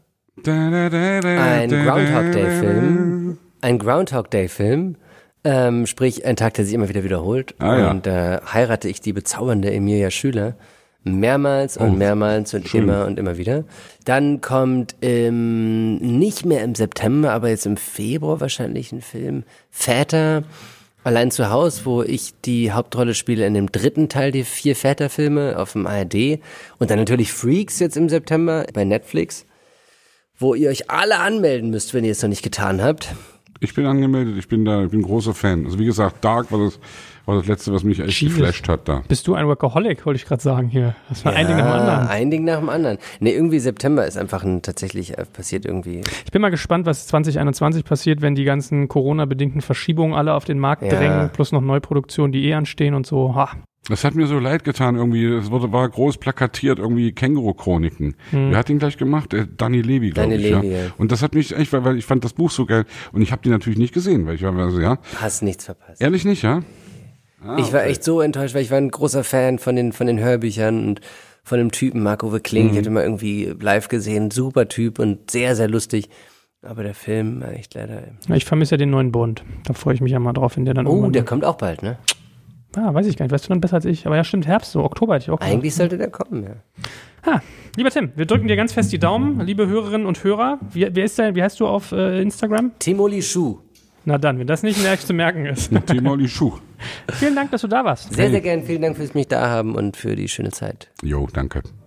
Ein Groundhog Day-Film. Ein Groundhog Day-Film. Ähm, sprich, ein Tag, der sich immer wieder wiederholt. Ah, ja. Und äh, heirate ich die bezaubernde Emilia Schüler. Mehrmals und oh, mehrmals und schön. immer und immer wieder. Dann kommt ähm, nicht mehr im September, aber jetzt im Februar wahrscheinlich ein Film. Väter, allein zu Haus, wo ich die Hauptrolle spiele in dem dritten Teil der vier Väterfilme auf dem A R D. Und dann natürlich Freaks jetzt im September bei Netflix, wo ihr euch alle anmelden müsst, wenn ihr es noch nicht getan habt. Ich bin angemeldet, ich bin da, ich bin ein großer Fan. Also wie gesagt, Dark war das, war das Letzte, was mich echt Jesus. geflasht hat da. Bist du ein Workaholic, wollte ich gerade sagen hier. Das war Ja, ein Ding nach dem anderen. ein Ding nach dem anderen. Nee, irgendwie September ist einfach ein, tatsächlich äh, passiert irgendwie. Ich bin mal gespannt, was zwanzig einundzwanzig passiert, wenn die ganzen Corona-bedingten Verschiebungen alle auf den Markt Ja. drängen, plus noch Neuproduktionen, die eh anstehen und so. Ha. Das hat mir so leid getan irgendwie. Es wurde, war groß plakatiert, irgendwie Känguru-Chroniken. Hm. Wer hat den gleich gemacht? Der Danny Levy, glaube Danny ich. Levy, ja. ja. Und das hat mich echt, weil, weil ich fand das Buch so geil. Und ich habe die natürlich nicht gesehen, weil ich war also, ja. Hast nichts verpasst. Ehrlich nicht, ja? Ah, ich war okay. echt so enttäuscht, weil ich war ein großer Fan von den, von den Hörbüchern und von dem Typen Marc-Uwe Kling. Mhm. Ich hatte mal irgendwie live gesehen, super Typ und sehr, sehr lustig. Aber der Film, echt leider. Ja, ich vermisse ja den neuen Bond. Da freue ich mich ja mal drauf, wenn der dann Oh, irgendwann- der kommt auch bald, ne? Ah, weiß ich gar nicht. Weißt du dann besser als ich? Aber ja, stimmt, Herbst, so Oktober hätte ich auch gesagt. Eigentlich sollte der kommen, ja. Ha, lieber Tim, wir drücken dir ganz fest die Daumen. Liebe Hörerinnen und Hörer, wie, wer ist der, wie heißt du auf äh, Instagram? Timoli Schuh. Na dann, wenn das nicht nächst zu merken ist. Timoli Schuh. Vielen Dank, dass du da warst. Sehr, sehr gern. Vielen Dank fürs mich da haben und für die schöne Zeit. Jo, danke.